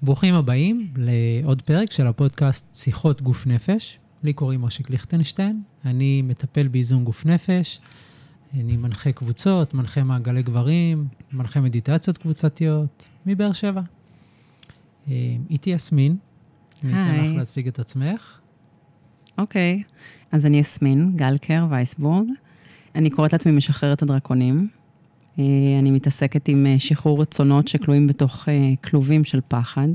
ברוכים הבאים לעוד פרק של הפודקאסט שיחות גוף נפש. לי קוראים מושיק ליכטנשטיין, אני מטפל באיזון גוף נפש, אני מנחה קבוצות, מנחה מעגלי גברים, מנחה מדיטציות קבוצתיות, מבאר שבע. איתי יסמין, אני אתן לך להציג את עצמך. אוקיי, אז אני יסמין, גלקר וייסבורד. אני קוראת לעצמי משחררת הדרקונים. אני מתעסקת עם שחרור רצונות שכלואים בתוך כלובים של פחד.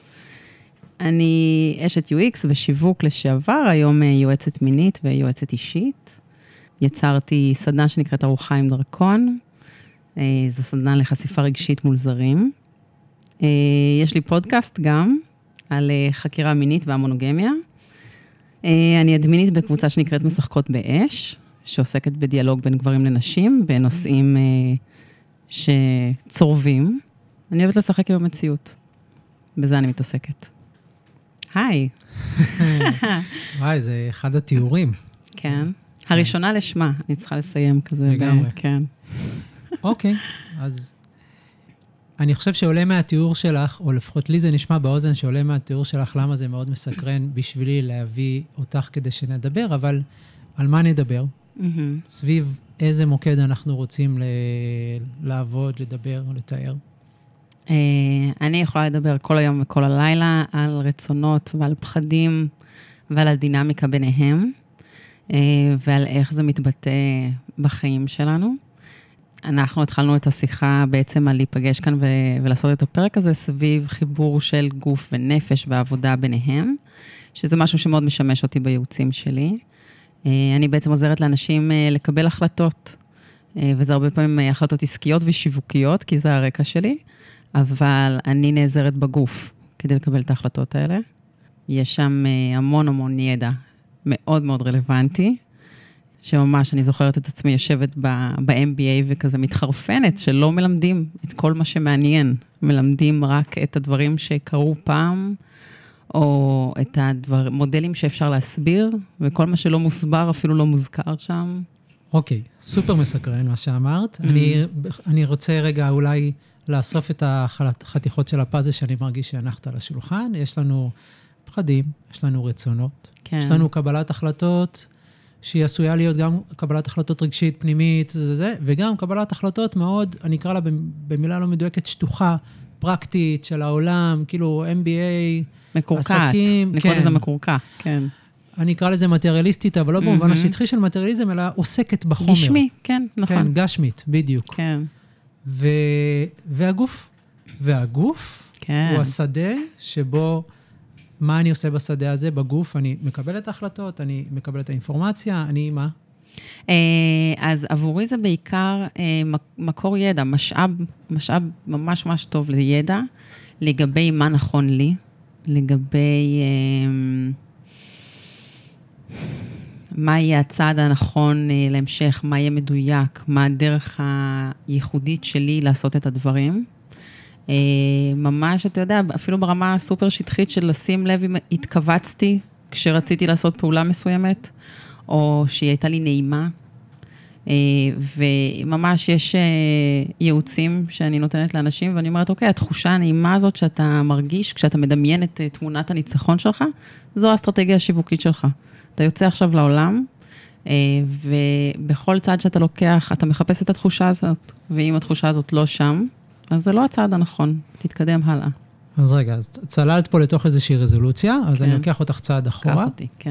אני אשת UX ושיווק לשעבר, היום יועצת מינית ויועצת אישית. יצרתי סדנה שנקראת ארוחה עם דרקון. זו סדנה לחשיפה רגשית מול זרים. יש לי פודקאסט גם על חקירה מינית והמונוגמיה. אני אדמינית בקבוצה שנקראת משחקות באש, שעוסקת בדיאלוג בין גברים לנשים, בנושאים שצורבים. אני אוהבת לשחק עם המציאות. בזה אני מתעסקת. היי. וואי, זה אחד התיאורים. כן. הראשונה לשמה, אני צריכה לסיים כזה. לגמרי. כן. אוקיי, אז אני חושב שעולה מהתיאור שלך, או לפחות לי זה נשמע באוזן שעולה מהתיאור שלך, למה זה מאוד מסקרן בשבילי להביא אותך כדי שנדבר, אבל על מה נדבר? סביב איזה מוקד אנחנו רוצים לעבוד, לדבר או לתאר? אני יכולה לדבר כל היום וכל הלילה על רצונות ועל פחדים ועל הדינמיקה ביניהם, ועל איך זה מתבטא בחיים שלנו. אנחנו התחלנו את השיחה בעצם על להיפגש כאן ולעשות את הפרק הזה סביב חיבור של גוף ונפש ועבודה ביניהם, שזה משהו שמאוד משמש אותי בייעוצים שלי. אני בעצם עוזרת לאנשים לקבל החלטות, וזה הרבה פעמים החלטות עסקיות ושיווקיות, כי זה הרקע שלי, אבל אני נעזרת בגוף כדי לקבל את ההחלטות האלה. יש שם המון ידע מאוד מאוד רלוונטי, שממש אני זוכרת את עצמי יושבת ב-MBA וכזה מתחרפנת, שלא מלמדים את כל מה שמעניין, מלמדים רק את הדברים שקרו פעם, או את המודלים שאפשר להסביר, וכל מה שלא מוסבר אפילו לא מוזכר שם. אוקיי, סופר מסקרן מה שאמרת. אני רוצה רגע אולי לאסוף את החתיכות של הפאזל שאני מרגיש שהנחת על השולחן. יש לנו פחדים, יש לנו רצונות, כן. יש לנו קבלת החלטות, שהיא עשויה להיות גם קבלת החלטות רגשית, פנימית, וגם קבלת החלטות מאוד, אני אקרא לה במילה לא מדויקת, שטוחה, פרקטית של העולם, כאילו MBA, מקורקעת, עסקים. נקרא לזה מקורקע, כן. אני אקרא לזה מטריאליסטית, אבל לא במובן השטחי של מטריאליזם, אלא עוסקת בחומר. גשמי, כן, נכון. כן, גשמית, בדיוק. כן. והגוף כן. הוא השדה שבו, מה אני עושה בשדה הזה? בגוף אני מקבל את ההחלטות, אני מקבל את האינפורמציה, אני מה? אז עבורי זה בעיקר מקור ידע, משאב ממש טוב לידע, לגבי מה נכון לי, לגבי מה יהיה הצעד הנכון להמשך, מה יהיה מדויק, מה הדרך הייחודית שלי לעשות את הדברים. ממש, אתה יודע, אפילו ברמה סופר שטחית של לשים לב אם התכווצתי כשרציתי לעשות פעולה מסוימת, או שהיא הייתה לי נעימה, וממש יש ייעוצים שאני נותנת לאנשים, ואני אומרת, אוקיי, התחושה הנעימה הזאת שאתה מרגיש, כשאתה מדמיין את תמונת הניצחון שלך, זו האסטרטגיה השיווקית שלך. אתה יוצא עכשיו לעולם, ובכל צעד שאתה לוקח, אתה מחפש את התחושה הזאת, ואם התחושה הזאת לא שם, אז זה לא הצעד הנכון, תתקדם הלאה. אז רגע, אז צללת פה לתוך איזושהי רזולוציה, אז אני לוקח אותך צעד אחורה. קח אותי, כן.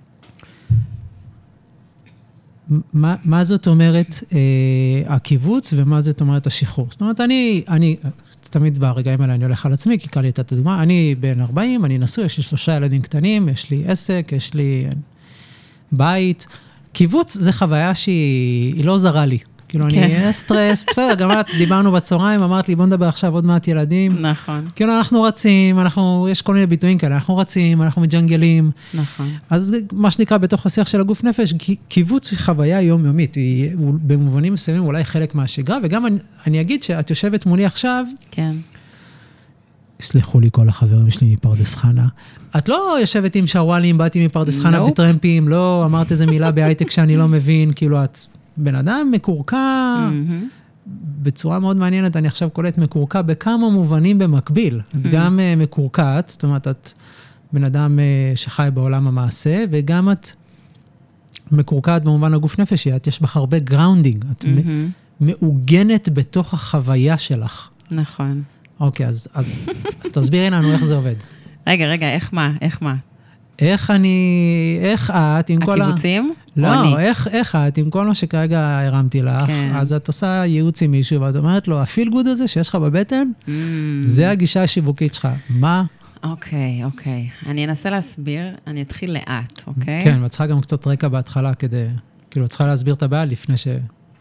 מה זאת אומרת הקיבוץ, ומה זאת אומרת השחרור? זאת אומרת, אני תמיד ברגעים האלה אני הולך על עצמי, כי קל לי את הדוגמה, אני בן 40, אני נשוי, יש לי 3 ילדים קטנים, יש לי עסק, יש לי בית. קיבוץ זה חוויה שהיא לא זרה לי. כאילו, אני סטרס, בסדר, גם דיברנו בצהריים, אמרת לי, בוא נדבר עכשיו עוד מעט ילדים. נכון. כאילו, אנחנו רצים, יש כל מיני ביטויים כאלה, אנחנו רצים, אנחנו מג'נגלים. נכון. אז מה שנקרא בתוך השיח של הגוף נפש, קיבוץ היא חוויה יומיומית, היא במובנים מסוימים אולי חלק מהשגרה, וגם אני אגיד שאת יושבת מולי עכשיו, כן. סליחו לי כל החברים שלי מפרדס חנה, את לא יושבת עם שרוואלים, באתי מפרדס חנה בטרמפים, לא אמרת איזה מילה בהייטק שאני לא מבין, כאילו את בן אדם מקורקע, בצורה מאוד מעניינת, אני עכשיו קולט מקורקע בכמה מובנים במקביל. את גם מקורקעת, זאת אומרת, את בן אדם שחי בעולם המעשה, וגם את מקורקעת במובן הגוף נפש, את יש בך הרבה גראונדינג, את מעוגנת בתוך החוויה שלך. נכון. אוקיי, אז תסבירי לנו איך זה עובד. רגע, איך מה? איך את עם כל הקיבוצים? לא, איך את עם כל מה שכרגע הרמתי לך, אז את עושה ייעוץ עם מישהו, ואת אומרת לו, הפיל גוד הזה שיש לך בבטן, זה הגישה השיווקית שלך. מה? אוקיי. אני אנסה להסביר, אני אתחיל לאט, אוקיי? כן, ואת צריכה גם קצת רקע בהתחלה כדי, כאילו, את צריכה להסביר את הבעיה לפני ש...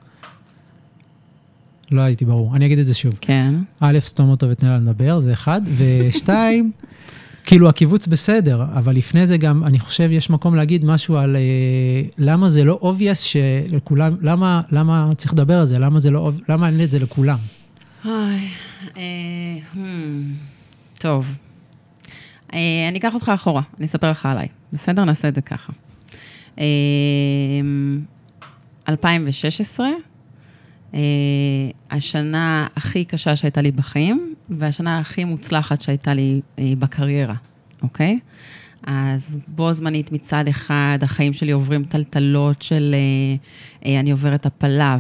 לא הייתי ברור. אני אגיד את זה שוב. כן. א', סתום אותו ותנה לה לדבר, זה אחד, ושתיים, כאילו, הקיבוץ בסדר, אבל לפני זה גם, אני חושב, יש מקום להגיד משהו על למה זה לא obvious שלכולם, למה צריך לדבר על זה, למה אין את זה לכולם. טוב. אני אקח אותך אחורה, אני אספר לך עליי. בסדר? נעשה את זה ככה. 2016, השנה הכי קשה שהייתה לי בחיים, והשנה הכי מוצלחת שהייתה לי בקריירה, אוקיי? אז בו זמנית מצד אחד, החיים שלי עוברים טלטלות של, אני עוברת הפלה,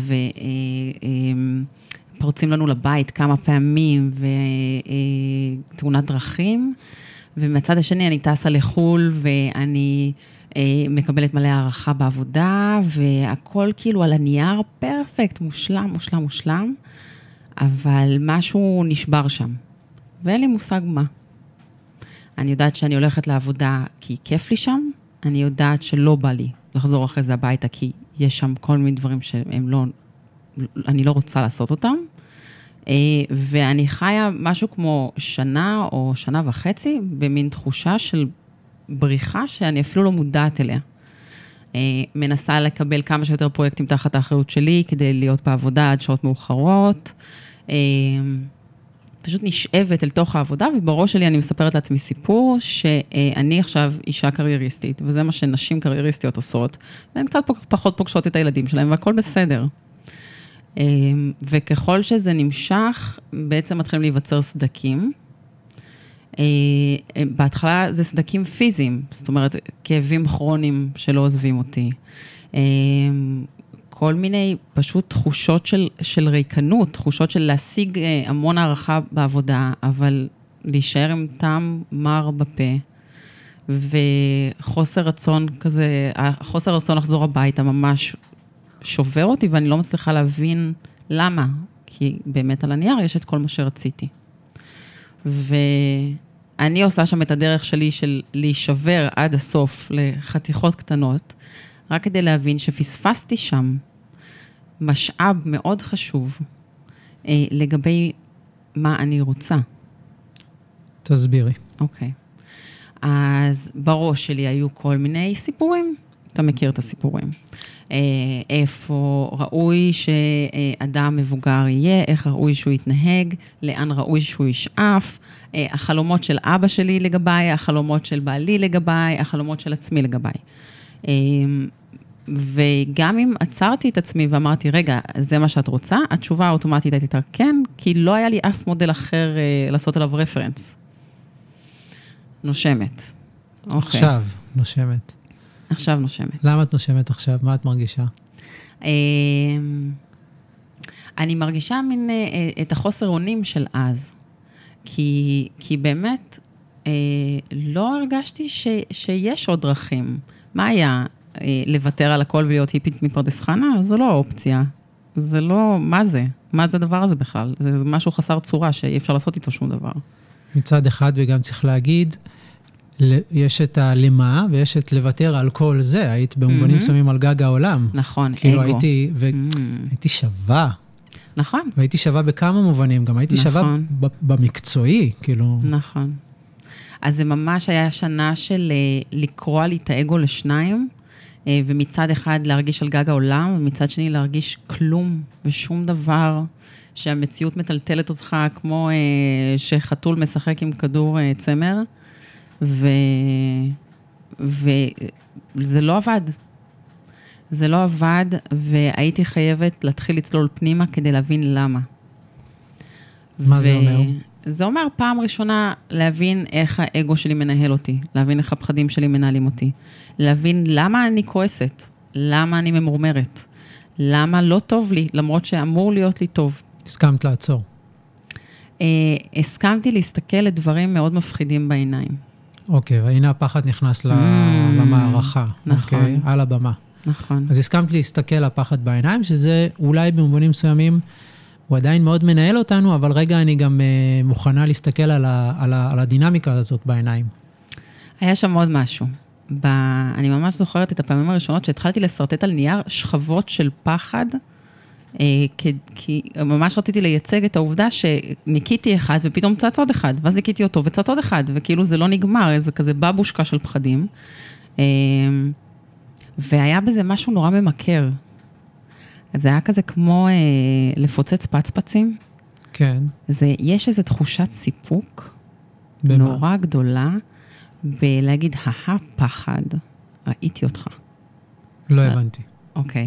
ופורצים לנו לבית כמה פעמים, ותאונת דרכים, ומצד השני אני טסה לחול, ואני מקבלת מלא הערכה בעבודה, והכל כאילו על הנייר פרפקט, מושלם, אבל משהו נשבר שם, ואין לי מושג מה. אני יודעת שאני הולכת לעבודה כי כיף לי שם, אני יודעת שלא בא לי לחזור אחרי זה הביתה, כי יש שם כל מיני דברים אני לא רוצה לעשות אותם, ואני חיה משהו כמו שנה או שנה וחצי, במין תחושה של בריחה שאני אפילו לא מודעת אליה. מנסה לקבל כמה שיותר פרויקטים תחת האחריות שלי, כדי להיות בעבודה עד שעות מאוחרות, פשוט נשאבת אל תוך העבודה, ובראש שלי אני מספרת לעצמי סיפור, שאני עכשיו אישה קרייריסטית, וזה מה שנשים קרייריסטיות עושות, והן קצת פחות פוגשות את הילדים שלהם, והכל בסדר. וככל שזה נמשך, בעצם מתחילים להיווצר סדקים. בהתחלה זה סדקים פיזיים, זאת אומרת, כאבים כרוניים שלא עוזבים אותי. כל מיני פשוט תחושות של ריקנות, תחושות של להשיג המון הערכה בעבודה, אבל להישאר עם טעם מר בפה, וחוסר רצון כזה, חוסר רצון לחזור הביתה ממש שובר אותי, ואני לא מצליחה להבין למה, כי באמת על הנייר יש את כל מה שרציתי. ואני עושה שם את הדרך שלי של להישבר עד הסוף לחתיכות קטנות, רק כדי להבין שפספסתי שם משאב מאוד חשוב לגבי מה אני רוצה. תסבירי. אוקיי. אז בראש שלי היו כל מיני סיפורים, אתה מכיר את הסיפורים. איפה ראוי שאדם מבוגר יהיה, איך ראוי שהוא יתנהג, לאן ראוי שהוא ישאף, החלומות של אבא שלי לגביי, החלומות של בעלי לגביי, החלומות של עצמי לגביי. וגם אם עצרתי את עצמי ואמרתי, רגע, זה מה שאת רוצה, התשובה האוטומטית הייתה כן, כי לא היה לי אף מודל אחר לעשות עליו רפרנס. נושמת. עכשיו נושמת. עכשיו נושמת. למה את נושמת עכשיו? מה את מרגישה? אני מרגישה את החוסר אונים של אז. כי באמת לא הרגשתי שיש עוד דרכים. מה היה? לוותר על הכל ולהיות היפית מפרדס חנה? זו לא האופציה. זה לא, מה זה? מה זה הדבר הזה בכלל? זה משהו חסר צורה שאי אפשר לעשות איתו שום דבר. מצד אחד, וגם צריך להגיד, יש את הלמה, ויש את לוותר על כל זה. היית במובנים מסוימים על גג העולם. נכון, כאילו אגו. הייתי שווה. נכון. והייתי שווה בכמה מובנים, גם הייתי שווה במקצועי, כאילו. נכון. אז זה ממש היה שנה של לקרוא לי את האגו לשניים, ומצד אחד להרגיש על גג העולם, ומצד שני להרגיש כלום ושום דבר, שהמציאות מטלטלת אותך כמו שחתול משחק עם כדור צמר, וזה לא עבד. זה לא עבד, והייתי חייבת להתחיל לצלול פנימה כדי להבין למה. מה זה אומר? זה אומר פעם ראשונה להבין איך האגו שלי מנהל אותי, להבין איך הפחדים שלי מנהלים אותי, להבין למה אני כועסת, למה אני ממורמרת, למה לא טוב לי, למרות שאמור להיות לי טוב. הסכמת לעצור. הסכמתי להסתכל לדברים מאוד מפחידים בעיניים. אוקיי, והנה הפחד נכנס למערכה. נכון. אוקיי, על הבמה. נכון. אז הסכמת להסתכל לפחד בעיניים, שזה אולי במובנים מסוימים, הוא עדיין מאוד מנהל אותנו, אבל רגע אני גם מוכנה להסתכל על הדינמיקה הזאת בעיניים. היה שם עוד משהו. אני ממש זוכרת את הפעמים הראשונות שהתחלתי לסרטט על נייר שכבות של פחד, כי ממש רציתי לייצג את העובדה שניקיתי אחד ופתאום צץ עוד אחד, ואז ניקיתי אותו וצץ עוד אחד, וכאילו זה לא נגמר, איזה כזה בבושקה של פחדים. והיה בזה משהו נורא ממכר. זה היה כזה כמו לפוצץ פצפצים. כן. יש איזו תחושת סיפוק במה? נורא גדולה, בלהגיד, פחד, ראיתי אותך. לא הבנתי. אוקיי.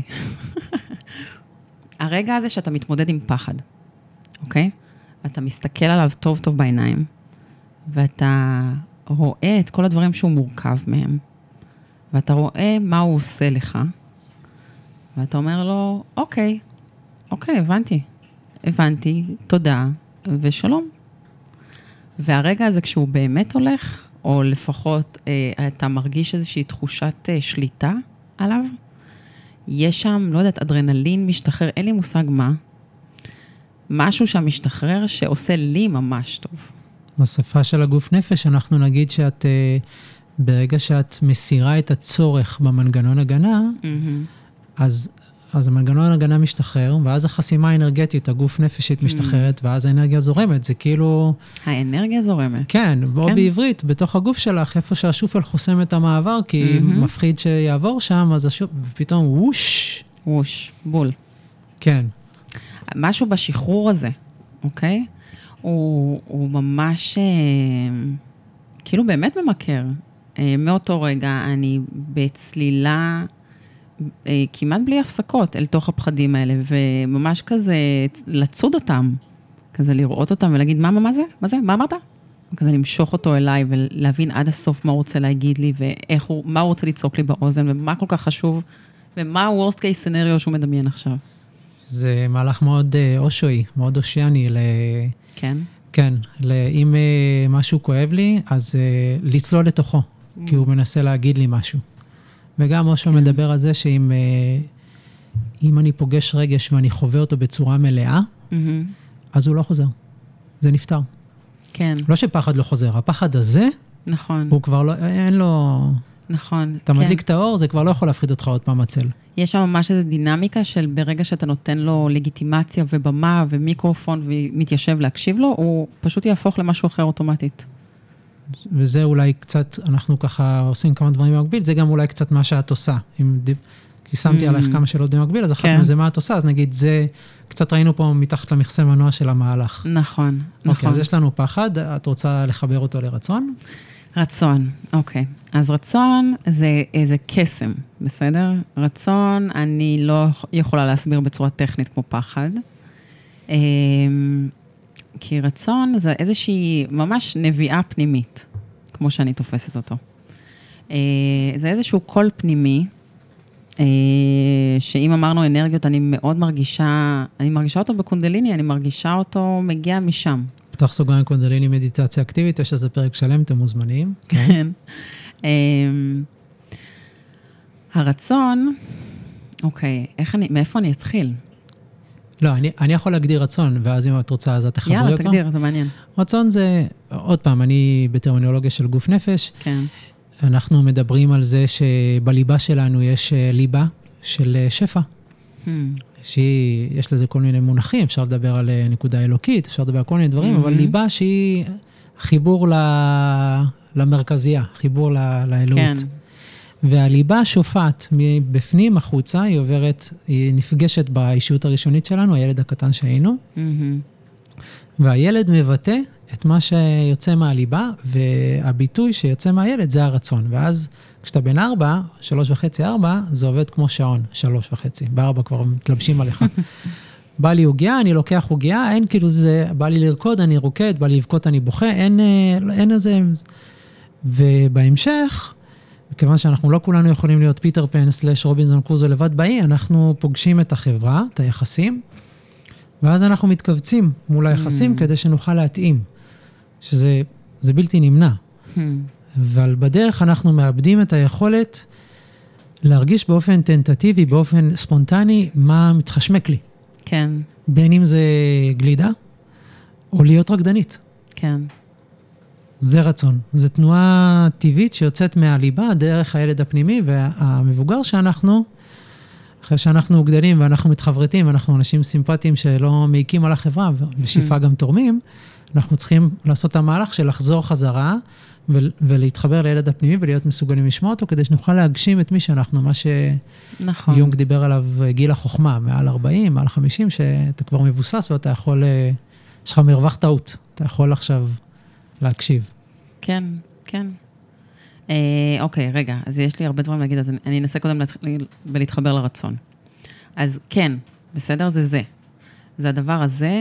הרגע הזה שאתה מתמודד עם פחד, אוקיי? אתה מסתכל עליו טוב טוב בעיניים, ואתה רואה את כל הדברים שהוא מורכב מהם, ואתה רואה מה הוא עושה לך, ואתה אומר לו, אוקיי, הבנתי, תודה, ושלום. והרגע הזה כשהוא באמת הולך, או לפחות אתה מרגיש איזושהי תחושת שליטה עליו, יש שם, לא יודעת, אדרנלין משתחרר, אין לי מושג מה, משהו שם משתחרר שעושה לי ממש טוב. בשפה של הגוף נפש, אנחנו נגיד שאת, ברגע שאת מסירה את הצורך במנגנון הגנה, אז המנגנון הגנה משתחרר, ואז החסימה האנרגטית, הגוף נפשית משתחררת, ואז האנרגיה זורמת, זה כאילו... האנרגיה זורמת. כן, או בעברית, בתוך הגוף שלך, איפה שהשופל חוסם את המעבר, כי מפחיד שיעבור שם, אז פתאום ווש. ווש, בול. כן. משהו בשחרור הזה, אוקיי? הוא ממש, כאילו באמת ממכר. מאותו רגע אני בצלילה, כמעט בלי הפסקות אל תוך הפחדים האלה, וממש כזה לצוד אותם, כזה לראות אותם ולהגיד, מה זה? מה זה? מה אמרת? כזה למשוך אותו אליי ולהבין עד הסוף מה הוא רוצה להגיד לי, ומה הוא רוצה לצעוק לי באוזן, ומה כל כך חשוב, ומה ה-worst case scenario שהוא מדמיין עכשיו. זה מהלך מאוד אושוי, מאוד אושיאני. כן? כן, אם משהו כואב לי, אז לצלול לתוכו, כי הוא מנסה להגיד לי משהו. וגם אושו מדבר על זה שאם אני פוגש רגש ואני חווה אותו בצורה מלאה, אז הוא לא חוזר. זה נפטר. כן. לא שפחד לא חוזר, הפחד הזה, נכון. הוא כבר לא, אין לו... נכון. אתה מדליק את האור, זה כבר לא יכול להפחיד אותך עוד פעם הצל. יש שם ממש איזו דינמיקה של ברגע שאתה נותן לו לגיטימציה ובמה ומיקרופון ומתיישב להקשיב לו, הוא פשוט יהפוך למשהו אחר אוטומטית. וזה אולי קצת, אנחנו ככה עושים כמה דברים במקביל, זה גם אולי קצת מה שאת עושה. כי שמתי עלייך כמה שאלות במקביל, אז אחת מזה מה את עושה, אז נגיד זה, קצת ראינו פה מתחת למכסה מנוע של המהלך. נכון. אוקיי, אז יש לנו פחד, את רוצה לחבר אותו לרצון? רצון, אוקיי. אז רצון זה קסם, בסדר? רצון אני לא יכולה להסביר בצורה טכנית כמו פחד. כי רצון זה איזושהי ממש נביאה פנימית, כמו שאני תופסת אותו. זה איזשהו קול פנימי, שאם אמרנו אנרגיות, אני מאוד מרגישה אותו בקונדליני, אני מרגישה אותו מגיע משם. פתח סוגריים קונדליני מדיטציה אקטיבית, יש איזה פרק שלם, אתם מוזמנים. כן. הרצון, אוקיי, מאיפה אני אתחיל? לא, אני יכול להגדיר רצון, ואז אם את רוצה, אז את תחברי אותו. יאללה, תגדיר, זה מעניין. רצון זה, עוד פעם, אני בטרמינולוגיה של גוף נפש. כן. אנחנו מדברים על זה שבליבה שלנו יש ליבה של שפע. שיש לזה כל מיני מונחים, אפשר לדבר על נקודה אלוקית, אפשר לדבר על כל מיני דברים, אבל ליבה שהיא חיבור למרכזייה, חיבור לאלוהות. כן. והליבה שופעת מבפנים החוצה, היא נפגשת באישיות הראשונית שלנו, הילד הקטן שהיינו, והילד מבטא את מה שיוצא מהליבה, והביטוי שיוצא מהילד זה הרצון. ואז כשאתה בן 4, 3.5, 4, זה עובד כמו שעון, 3.5. ב4 כבר מתלבשים עליך. בא לי הוגיה, אני לוקח הוגיה, אין כאילו זה, בא לי לרקוד, אני רוקד, בא לי לבכות, אני בוכה, אין איזה... ובהמשך, מכיוון שאנחנו לא כולנו יכולים להיות פיטר פן / רובינזון קרוזו לבד באי, אנחנו פוגשים את החברה, את היחסים, ואז אנחנו מתכווצים מול היחסים כדי שנוכל להתאים, שזה בלתי נמנע. אבל בדרך אנחנו מאבדים את היכולת להרגיש באופן טנטטיבי, באופן ספונטני, מה מתחשמק לי. כן. בין אם זה גלידה, או להיות רקדנית. כן. זה רצון. זו תנועה טבעית שיוצאת מהליבה, דרך הילד הפנימי, והמבוגר שאנחנו, אחרי שאנחנו גדלים ואנחנו מתחברתים, ואנחנו אנשים סימפטיים שלא מעיקים על החברה, ובשאיפה גם תורמים, אנחנו צריכים לעשות את המהלך של לחזור חזרה, ולהתחבר לילד הפנימי, ולהיות מסוגלים לשמוע אותו, כדי שנוכל להגשים את מי שאנחנו, מה שיונג דיבר עליו, גיל החוכמה, מעל 40, מעל 50, שאתה כבר מבוסס, ואתה יכול, יש לך מרווח טעות, אתה יכול עכשיו להקשיב. כן, כן. אוקיי, רגע, אז יש לי הרבה דברים להגיד, אז אני אנסה קודם ולהתחבר לרצון. אז כן, בסדר, זה. זה הדבר הזה,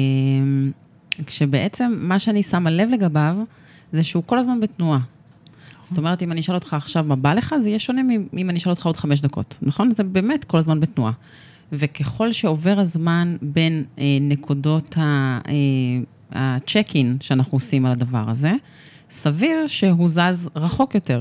כשבעצם מה שאני שמה לב לגביו, זה שהוא כל הזמן בתנועה. זאת אומרת, אם אני אשאל אותך עכשיו מה בא לך, זה יהיה שונה אם אני אשאל אותך עוד 5 דקות, נכון? זה באמת כל הזמן בתנועה. וככל שעובר הזמן בין נקודות הצ'ק-אין שאנחנו עושים על הדבר הזה, סביר שהוא זז רחוק יותר.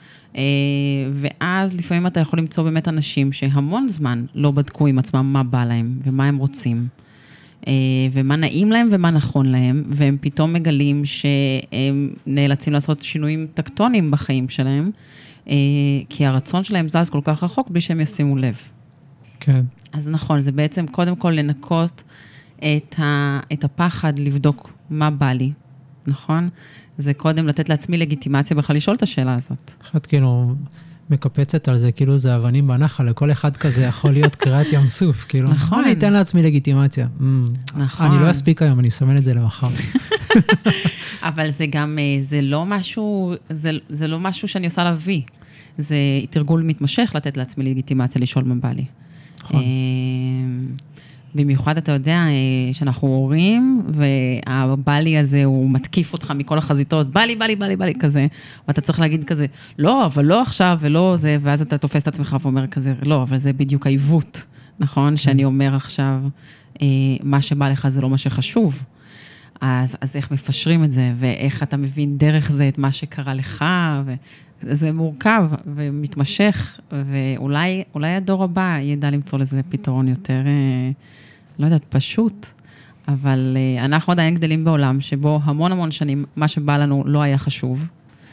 ואז לפעמים אתה יכול למצוא באמת אנשים שהמון זמן לא בדקו עם עצמם מה בא להם ומה הם רוצים. ומה נעים להם ומה נכון להם, והם פתאום מגלים שהם נאלצים לעשות שינויים טקטוניים בחיים שלהם, כי הרצון שלהם זז כל כך רחוק בלי שהם ישימו לב. כן. אז נכון, זה בעצם קודם כל לנקות את הפחד לבדוק מה בא לי, נכון? זה קודם לתת לעצמי לגיטימציה בכלל לשאול את השאלה הזאת. אחת כאילו מקפצת על זה, כאילו זה אבנים בנחל, לכל אחד כזה יכול להיות קריאת ים סוף, כאילו, נכון. אני אתן לעצמי לגיטימציה. נכון. אני לא אספיק היום, אני אסמן את זה למחר. אבל זה גם, זה לא משהו שאני עושה להביא. זה תרגול מתמשך לתת לעצמי לגיטימציה לשאול מה בא לי. נכון. במיוחד אתה יודע שאנחנו הורים, והבא-לי הזה הוא מתקיף אותך מכל החזיתות, בא לי כזה, ואתה צריך להגיד כזה, לא, אבל לא עכשיו, ולא זה, ואז אתה תופס את עצמך ואומר כזה, לא, אבל זה בדיוק העיוות, נכון? שאני אומר עכשיו, מה שבא לך זה לא מה שחשוב. אז איך מפשרים את זה, ואיך אתה מבין דרך זה את מה שקרה לך, וזה מורכב ומתמשך, ואולי הדור הבא ידע למצוא לזה פתרון יותר, לא יודעת, פשוט, אבל אנחנו עדיין גדלים בעולם, שבו המון שנים, מה שבא לנו לא היה חשוב,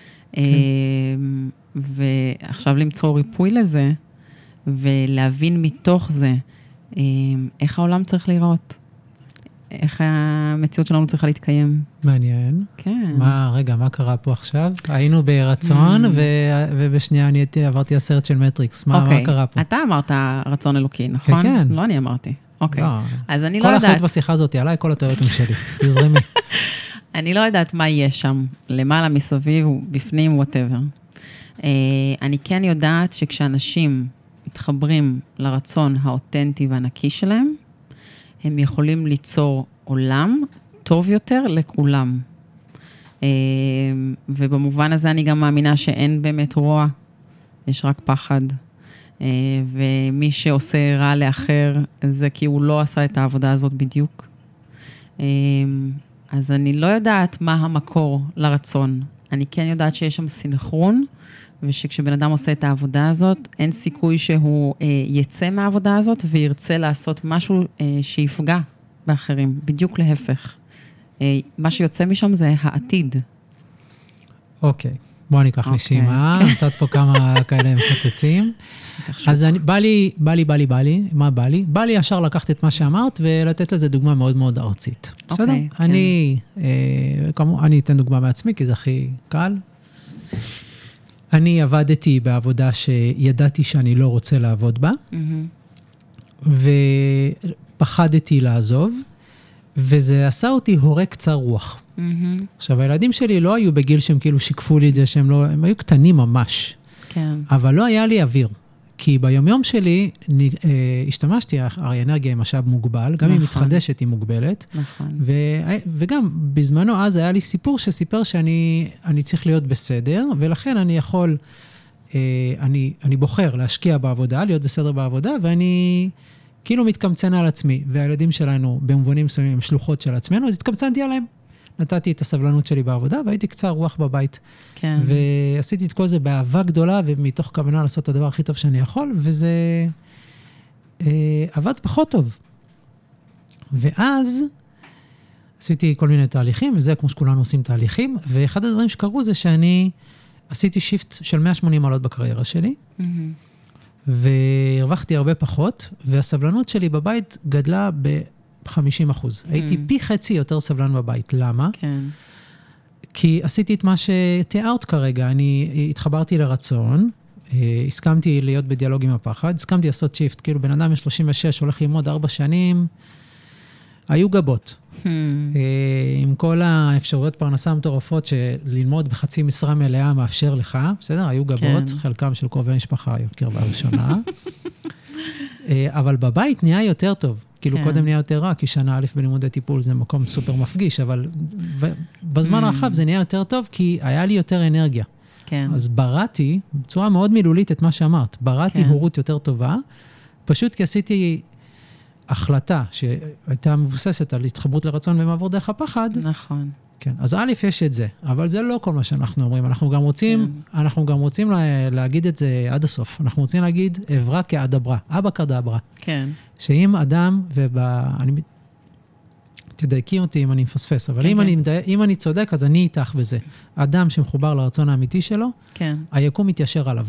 ועכשיו למצוא ריפוי לזה, ולהבין מתוך זה, איך העולם צריך להיראות. איך המציאות שלנו צריכה להתקיים. מעניין. כן. רגע, מה קרה פה עכשיו? היינו ברצון, ובשנייה אני עברתי הסרט של מטריקס. מה קרה פה? אתה אמרת רצון אלוקי, נכון? כן. לא אני אמרתי. אוקיי. אז אני לא כל יודעת. אחת בשיחה הזאת, עליי כל הטעויות הם שלי. תזרימי. אני לא יודעת מה יהיה שם, למעלה מסביב, בפנים, whatever. אני כן יודעת שכשאנשים מתחברים לרצון האותנטי והנקי שלהם, הם יכולים ליצור עולם טוב יותר לכולם. ובמובן הזה אני גם מאמינה שאין באמת רוע, יש רק פחד. ומי שעושה רע לאחר, זה כי הוא לא עשה את העבודה הזאת בדיוק. אז אני לא יודעת מה המקור לרצון. אני כן יודעת שיש שם סינכרון, ושכשבן אדם עושה את העבודה הזאת, אין סיכוי שהוא יצא מהעבודה הזאת, וירצה לעשות משהו שיפגע באחרים, בדיוק להפך. מה שיוצא משם זה העתיד. אוקיי, בוא ניקח נשימה, נתת פה כמה כאלה מפוצצים. אז בא לי, מה בא לי? בא לי ישר לקחת את מה שאמרת, ולתת לזה דוגמה מאוד מאוד ארצית. בסדר? אני אתן דוגמה מעצמי, כי זה הכי קל. אני עבדתי בעבודה שידעתי שאני לא רוצה לעבוד בה, ופחדתי לעזוב, וזה עשה אותי הורה קצר רוח. עכשיו, הילדים שלי לא היו בגיל שהם כאילו שיקפו לי את זה, שהם היו קטנים ממש. כן. אבל לא היה לי אוויר. כי ביומיום שלי השתמשתי, הרי אנרגיה היא משאב מוגבל, גם אם מתחדשת היא מוגבלת. נכון. וגם בזמנו אז היה לי סיפור שסיפר שאני צריך להיות בסדר, ולכן אני יכול, אני בוחר להשקיע בעבודה, להיות בסדר בעבודה, ואני כאילו מתקמצן על עצמי, והילדים שלנו במובנים מסוימים הם שלוחות של עצמנו, אז התקמצנתי עליהם. נתתי את הסבלנות שלי בעבודה, והייתי קצר רוח בבית. כן. ועשיתי את כל זה באהבה גדולה, ומתוך כוונה לעשות את הדבר הכי טוב שאני יכול, וזה עבד פחות טוב. ואז עשיתי כל מיני תהליכים, וזה כמו שכולנו עושים תהליכים, ואחד הדברים שקרו זה שאני עשיתי שיפט של 180 מעלות בקריירה שלי, והרווחתי הרבה פחות, והסבלנות שלי בבית גדלה ב-50%. הייתי פי חצי יותר סבלן בבית. למה? כן. כי עשיתי את מה שתיארת כרגע. אני התחברתי לרצון, הסכמתי להיות בדיאלוג עם הפחד, הסכמתי לעשות שיפט, כאילו בן אדם 36, הולך ללמוד 4 שנים, היו גבות. עם כל האפשרויות פרנסה מטורפות שללמוד בחצי משרה מלאה מאפשר לך, בסדר? היו גבות, חלקם של קרובי משפחה, קרבה ראשונה. אבל בבית נהיה יותר טוב. כאילו קודם נהיה יותר רע, כי שנה א' בלימודי טיפול זה מקום סופר מפגיש, אבל בזמן הרחב זה נהיה יותר טוב, כי היה לי יותר אנרגיה. אז בראתי, בצורה מאוד מילולית את מה שאמרת, בראתי הורות יותר טובה, פשוט כי עשיתי החלטה שהייתה מבוססת על התחברות לרצון ומעבור דרך הפחד. נכון. כן, אז א' יש את זה, אבל זה לא כל מה שאנחנו אומרים. אנחנו גם רוצים להגיד את זה עד הסוף. אנחנו רוצים להגיד עברה כאדברה, אבא כדברה. כן. שאם אדם, תדייקי אותי אם אני מפספס, אבל אם אני צודק, אז אני איתך בזה. אדם שמחובר לרצון האמיתי שלו, היקום מתיישר עליו.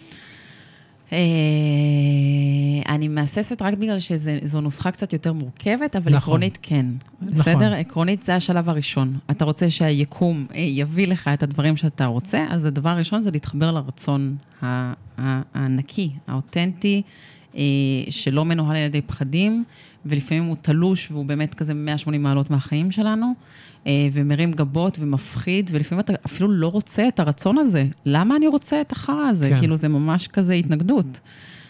אני מאססת רק בגלל שזו נוסחה קצת יותר מורכבת, אבל עקרונית כן. בסדר? עקרונית זה השלב הראשון. אתה רוצה שהיקום יביא לך את הדברים שאתה רוצה, אז הדבר הראשון זה להתחבר לרצון הנקי, האותנטי, שלא מנוהל על ידי פחדים, ולפעמים הוא תלוש, והוא באמת כזה 180 מעלות מהחיים שלנו, ומרים גבות ומפחיד, ולפעמים אתה אפילו לא רוצה את הרצון הזה. למה אני רוצה את החרא הזה? כן. כאילו זה ממש כזה התנגדות.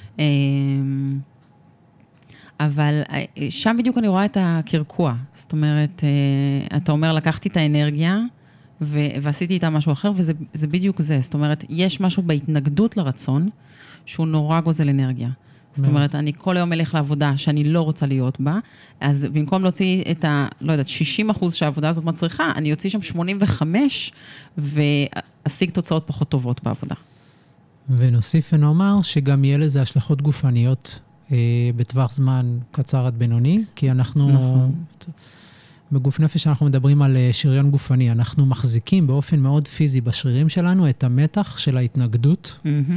אבל שם בדיוק אני רואה את הקרקוע. זאת אומרת, אתה אומר, לקחתי את האנרגיה, ועשיתי איתה משהו אחר, וזה בדיוק זה. זאת אומרת, יש משהו בהתנגדות לרצון, שהוא נורא גוזל אנרגיה. זאת אומרת, אני כל היום אלך לעבודה שאני לא רוצה להיות בה, אז במקום להוציא את לא יודעת, 60% שהעבודה הזאת מצריכה, אני יוציא שם 85, ואשיג תוצאות פחות טובות בעבודה. ונוסיף ונאמר שגם יהיה לזה השלכות גופניות בטווח זמן קצר עד בינוני, כי אנחנו, בגוף נפש אנחנו מדברים על שריון גופני, אנחנו מחזיקים באופן מאוד פיזי בשרירים שלנו את המתח של ההתנגדות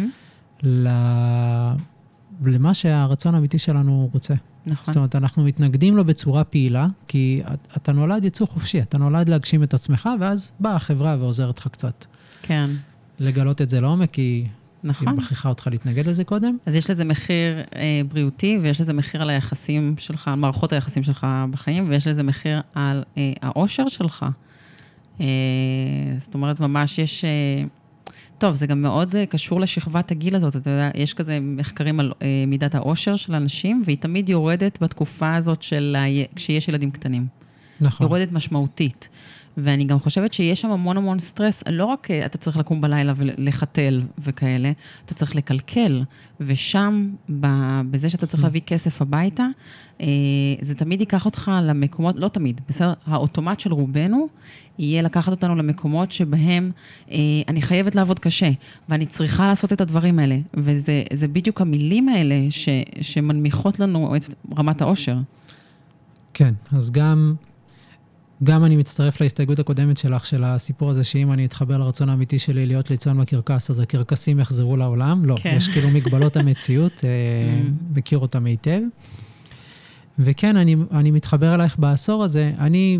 למה שהרצון האמיתי שלנו רוצה. נכון. זאת אומרת, אנחנו מתנגדים לו בצורה פעילה, כי אתה נולד יצור חופשי, אתה נולד להגשים את עצמך, ואז באה החברה ועוזרת לך קצת. כן. לגלות את זה לעומק, כי נכון. היא מכריחה אותך להתנגד לזה קודם. אז יש לזה מחיר בריאותי, ויש לזה מחיר על היחסים שלך, על מערכות היחסים שלך בחיים, ויש לזה מחיר על העושר שלך. זאת אומרת, ממש יש טוב, זה גם מאוד קשור לשכבת הגיל הזאת, אתה יודע, יש כזה מחקרים על מידת העושר של אנשים, והיא תמיד יורדת בתקופה הזאת כשיש ילדים קטנים. נכון. יורדת משמעותית. ואני גם חושבת שיש שם המון המון סטרס, לא רק אתה צריך לקום בלילה ולחתל וכאלה, אתה צריך לקלקל, ושם, בזה שאתה צריך להביא כסף הביתה, זה תמיד ייקח אותך למקומות, לא תמיד, בסדר, האוטומט של רובנו, יהיה לקחת אותנו למקומות שבהם אני חייבת לעבוד קשה, ואני צריכה לעשות את הדברים האלה, וזה בדיוק המילים האלה שמנמיכות לנו את רמת העושר. כן, אז גם אני מצטרף להסתייגות הקודמת שלך, של הסיפור הזה, שאם אני אתחבר לרצון האמיתי שלי להיות ליצון בקרקס, אז הקרקסים יחזרו לעולם. לא, יש כאילו מגבלות המציאות, מכיר אותם היטב. וכן, אני מתחבר אלייך בעשור הזה. אני,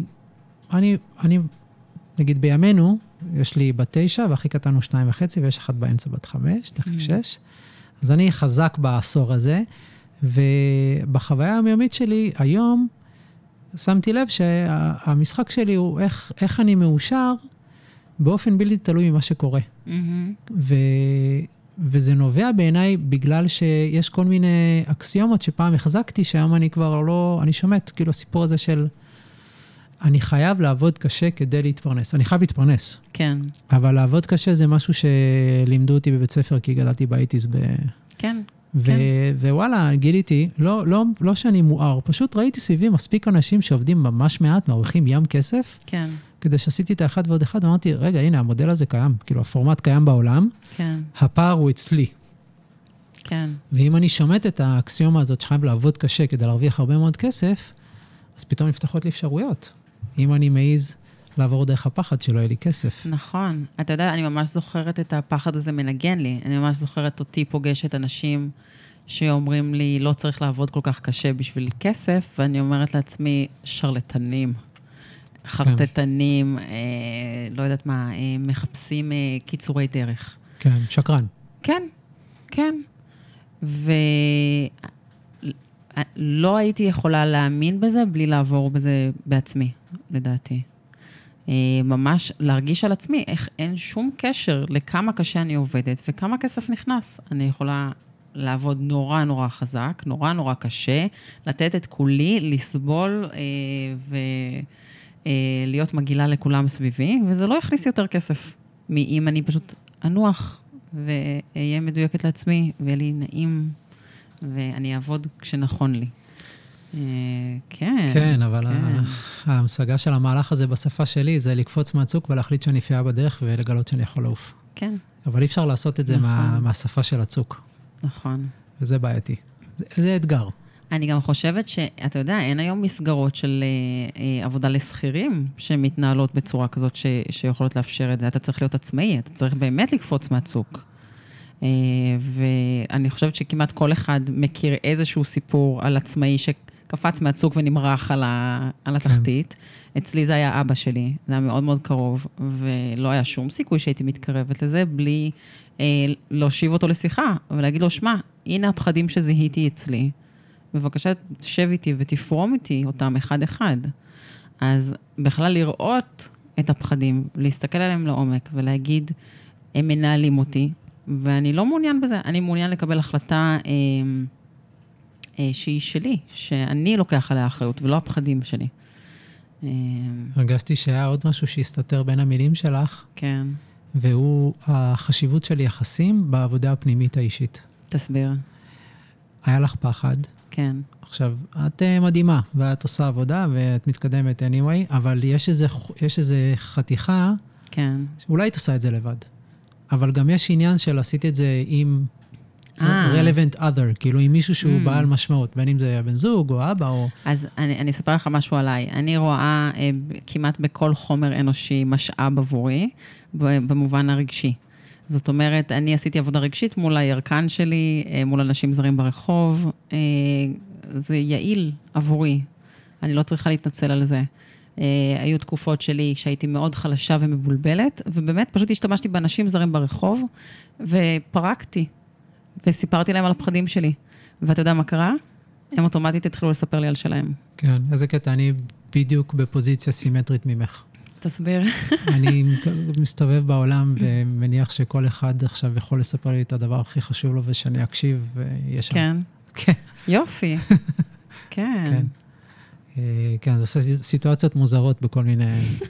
נגיד בימינו, יש לי בת 9, והכי קטן הוא 2.5, ויש אחד באמצע בת 5, תכף 6. אז אני חזק בעשור הזה, ובחוויה היומית שלי, היום, שמתי לב שהמשחק שלי הוא איך אני מאושר באופן בלתי תלוי ממה שקורה. וזה נובע בעיניי בגלל שיש כל מיני אקסיומות שפעם החזקתי, שהיום אני כבר לא, אני שומעת, כאילו הסיפור הזה של, אני חייב לעבוד קשה כדי להתפרנס. אני חייב להתפרנס. כן. אבל לעבוד קשה זה משהו שלימדו אותי בבית ספר, כי גדלתי באיטיז כן. ווואלה, גיליתי, לא שאני מואר, פשוט ראיתי סביבי מספיק אנשים שעובדים ממש מעט, מרוויחים ים כסף, כן. כדי שעשיתי את האחד ועוד אחד, ואמרתי, רגע, הנה, המודל הזה קיים, כאילו, הפורמט קיים בעולם, כן. הפער הוא אצלי. כן. ואם אני שומט את האקסיומה הזאת שחייב לעבוד קשה כדי להרוויח הרבה מאוד כסף, אז פתאום נפתחות לי אפשרויות. אם אני מעיז לעבור דרך הפחד שלא יהיה לי כסף. נכון. אתה יודע, אני ממש זוכרת את הפחד הזה מנגן לי. אני ממש זוכרת אותי פוגשת אנשים שאומרים לי, לא צריך לעבוד כל כך קשה בשביל כסף, ואני אומרת לעצמי, שרלטנים, חרטטנים, לא יודעת מה, מחפשים קיצורי דרך. כן, שקרן. כן, כן. ולא הייתי יכולה להאמין בזה בלי לעבור בזה בעצמי, לדעתי. ממש להרגיש על עצמי, איך אין שום קשר לכמה קשה אני עובדת וכמה כסף נכנס. אני יכולה לעבוד נורא נורא חזק, נורא נורא קשה, לתת את כולי, לסבול ולהיות מגילה לכולם סביבי, וזה לא יכניס יותר כסף מאם אני פשוט אנוח ואהיה מדויקת לעצמי, ויהיה לי נעים, ואני אעבוד כשנכון לי. כן. כן, אבל ההמשגה של המהלך הזה בשפה שלי, זה לקפוץ מהצוק ולהחליט שאני פייה בדרך, ולגלות שאני יכול לעוף. כן. אבל אי אפשר לעשות את זה מהשפה של הצוק. נכון. וזה בעייתי. זה אתגר. אני גם חושבת שאתה יודע, אין היום מסגרות של עבודה לשכירים, שמתנהלות בצורה כזאת שיכולות לאפשר את זה. אתה צריך להיות עצמאי, אתה צריך באמת לקפוץ מהצוק. ואני חושבת שכמעט כל אחד מכיר איזשהו סיפור על עצמאי שקפץ מהצוק ונמרח על התחתית. אצלי זה היה אבא שלי, זה היה מאוד מאוד קרוב, ולא היה שום סיכוי שהייתי מתקרבת לזה, בלי להושיב אותו לשיחה, ולהגיד לו, שמע, הנה הפחדים שזיהיתי אצלי, בבקשה, שב איתי ותפרום איתי אותם אחד-אחד. אז בכלל לראות את הפחדים, להסתכל עליהם לעומק, ולהגיד, הם מנהלים אותי, ואני לא מעוניין בזה, אני מעוניין לקבל החלטה שהיא שלי, שאני לוקח עליה אחריות, ולא הפחדים שלי. הרגשתי שהיה עוד משהו שהסתתר בין המילים שלך, כן. והוא החשיבות של יחסים בעבודה הפנימית האישית. תסביר. היה לך פחד. כן. עכשיו, את מדהימה, ואת עושה עבודה, ואת מתקדמת anyway, אבל יש איזה חתיכה, כן. אולי את עושה את זה לבד. אבל גם יש עניין של עשית את זה עם relevant other, כאילו עם מישהו שהוא בעל משמעות, בין אם זה בן זוג או אבא או... אז אני אספר לך משהו עליי. אני רואה כמעט בכל חומר אנושי משאב עבורי, במובן הרגשי. זאת אומרת, אני עשיתי עבודה רגשית מול הירקן שלי, מול אנשים זרים ברחוב, זה יעיל עבורי, אני לא צריכה להתנצל על זה. היו תקופות שלי שהייתי מאוד חלשה ומבולבלת, ובאמת פשוט השתמשתי באנשים זרים ברחוב, ופרקתי, וסיפרתי להם על הפחדים שלי. ואתה יודע מה קרה? הם אוטומטית התחילו לספר לי על שלהם. כן, איזה קטע, אני בדיוק בפוזיציה סימטרית ממך. תסביר. אני מסתובב בעולם ומניח שכל אחד עכשיו יכול לספר לי את הדבר הכי חשוב לו, ושאני אקשיב ויש שם. כן. כן. יופי. כן. כן. כן, זה עושה סיטואציות מוזרות בכל מיני...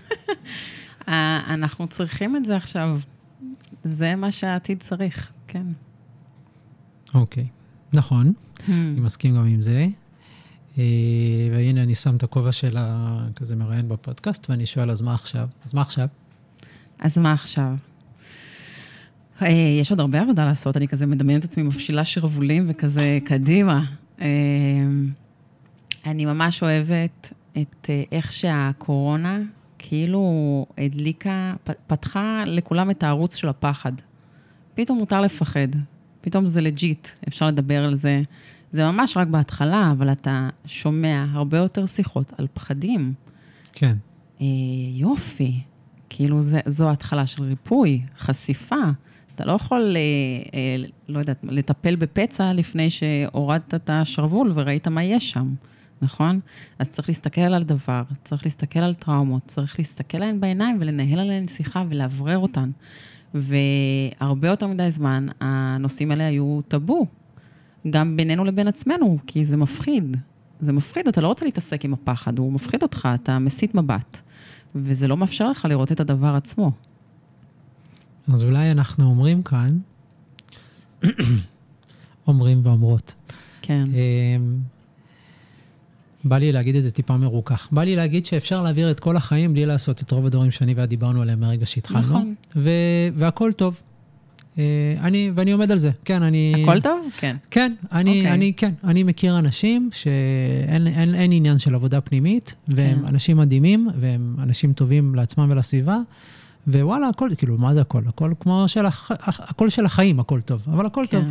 אנחנו צריכים את זה עכשיו. זה מה שהעתיד צריך, כן. אוקיי. נכון. אני מסכים גם עם זה. והנה אני שם את הכובע של כזה מראיין בפודקאסט, ואני שואל, אז מה עכשיו? אז מה עכשיו? אז מה עכשיו? יש עוד הרבה עבודה לעשות, אני כזה מדמיינת את עצמי מפשילה שרבולים וכזה קדימה. אני ממש אוהבת את איך שהקורונה כאילו הדליקה, פתחה לכולם את הערוץ של הפחד. פתאום מותר לפחד, פתאום זה לג'יט, אפשר לדבר על זה. זה ממש רק בהתחלה, אבל אתה שומע הרבה יותר שיחות על פחדים. כן. יופי, כאילו זו ההתחלה של ריפוי, חשיפה. אתה לא יכול, לא יודעת, לטפל בפצע לפני שהורדת את השרוול וראית מה יש שם. נכון? אז צריך להסתכל על דבר, צריך להסתכל על טראומות, צריך להסתכל עליהן בעיניים ולנהל עליהן שיחה ולעברר אותן. והרבה יותר מדי זמן, הנושאים האלה היו טאבו, גם בינינו לבין עצמנו, כי זה מפחיד. זה מפחיד, אתה לא רוצה להתעסק עם הפחד, הוא מפחיד אותך, אתה מסית מבט, וזה לא מאפשר לך לראות את הדבר עצמו. אז אולי אנחנו אומרים כאן, אומרים ואומרות. כן. בא לי להגיד את זה טיפה מרוכך. בא לי להגיד שאפשר להעביר את כל החיים בלי לעשות את רוב הדברים שאני ואת דיברנו עליהם מהרגע שהתחלנו. נכון. והכל טוב. ואני עומד על זה. כן, הכל טוב? כן. כן, אני מכיר אנשים שאין עניין של עבודה פנימית, והם אנשים מדהימים, והם אנשים טובים לעצמם ולסביבה, ווואלה, הכל, כאילו, מה זה הכל? הכל כמו הכל של החיים, הכל טוב, אבל הכל טוב.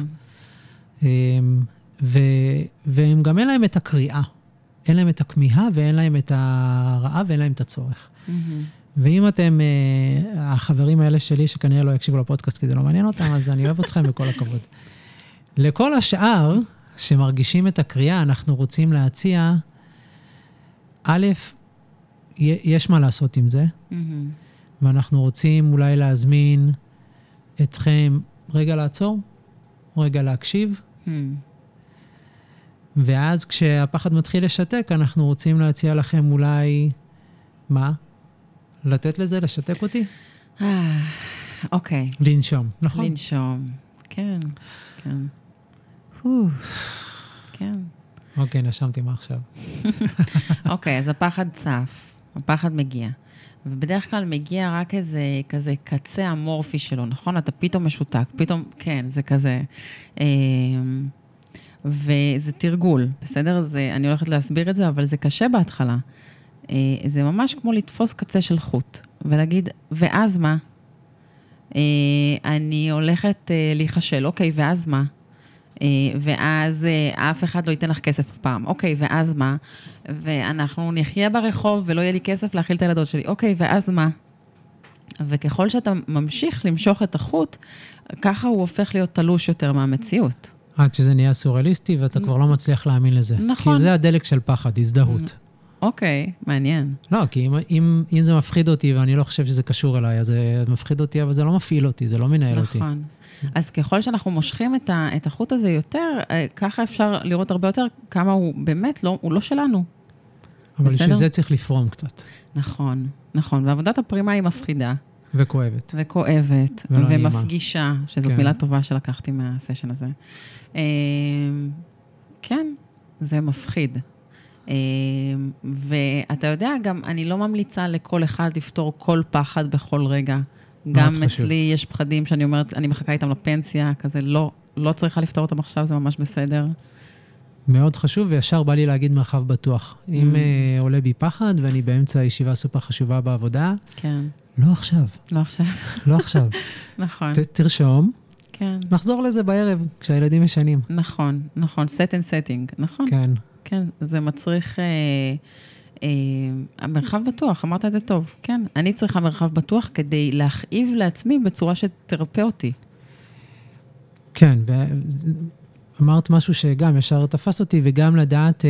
והם גם אין להם את הקריאה, אין להם את הכמיהה, ואין להם את הרעב, ואין להם את הצורך. ואם אתם, החברים האלה שלי, שכנראה לא יקשיבו לפודקאסט, כי זה לא מעניין אותם, אז אני אוהב אתכם בכל הכבוד. לכל השאר, שמרגישים את הקריאה, אנחנו רוצים להציע, א', יש מה לעשות עם זה, ואנחנו רוצים אולי להזמין אתכם רגע לעצור, רגע להקשיב, ואז כשהפחד מתחיל לשתק, אנחנו רוצים להציע לכם אולי, מה? לתת לזה, לשתק אותי? אוקיי. לנשום, נכון? לנשום, כן, כן. כן. אוקיי, נשמתי מה עכשיו. אוקיי, אז הפחד צף, הפחד מגיע. ובדרך כלל מגיע רק איזה כזה קצה המורפי שלו, נכון? אתה פתאום משותק, פתאום, כן, זה כזה. וזה תרגול, בסדר? אני הולכת להסביר את זה, אבל זה קשה בהתחלה. זה ממש כמו לתפוס קצה של חוט, ולהגיד, ואז מה? אני הולכת להיחשל, אוקיי, ואז מה? ואז אף אחד לא ייתן לך כסף אף פעם, אוקיי, ואז מה? ואנחנו נחיה ברחוב ולא יהיה לי כסף להאכיל את הילדות שלי, אוקיי, ואז מה? וככל שאתה ממשיך למשוך את החוט, ככה הוא הופך להיות תלוש יותר מהמציאות. עד שזה נהיה סוריאליסטי ואתה כבר לא מצליח להאמין לזה. נכון. כי זה הדלק של פחד, הזדהות. אוקיי, מעניין. לא, כי אם זה מפחיד אותי ואני לא חושב שזה קשור אליי, אז זה מפחיד אותי, אבל זה לא מפעיל אותי, זה לא מנהל אותי. נכון. אז ככל שאנחנו מושכים את החוט הזה יותר, ככה אפשר לראות הרבה יותר כמה הוא באמת לא, הוא לא שלנו. אבל בשביל זה צריך לפרום קצת. נכון, נכון. ועבודת הפרימה היא מפחידה. וכואבת. וכואבת. ומפגישה, שזאת מילה טובה שלקחתי מהסשן הזה. כן, זה מפחיד. ואתה יודע, גם אני לא ממליצה לכל אחד לפתור כל פחד בכל רגע. גם אצלי יש פחדים שאני אומרת, אני מחכה איתם לפנסיה, כזה לא צריכה לפתור אותם עכשיו, זה ממש בסדר. מאוד חשוב, וישר בא לי להגיד מרחב בטוח. אם עולה בי פחד, ואני באמצע ישיבה סופר חשובה בעבודה, כן. לא עכשיו. לא עכשיו. לא עכשיו. נכון. תרשום. כן. נחזור לזה בערב, כשהילדים ישנים. נכון, נכון. set and setting, נכון? כן. כן, זה מצריך המרחב בטוח, אמרת את זה טוב. כן, אני צריכה מרחב בטוח כדי להכאיב לעצמי בצורה שתרפא אותי. כן, ואמרת משהו שגם ישר תפס אותי, וגם לדעת,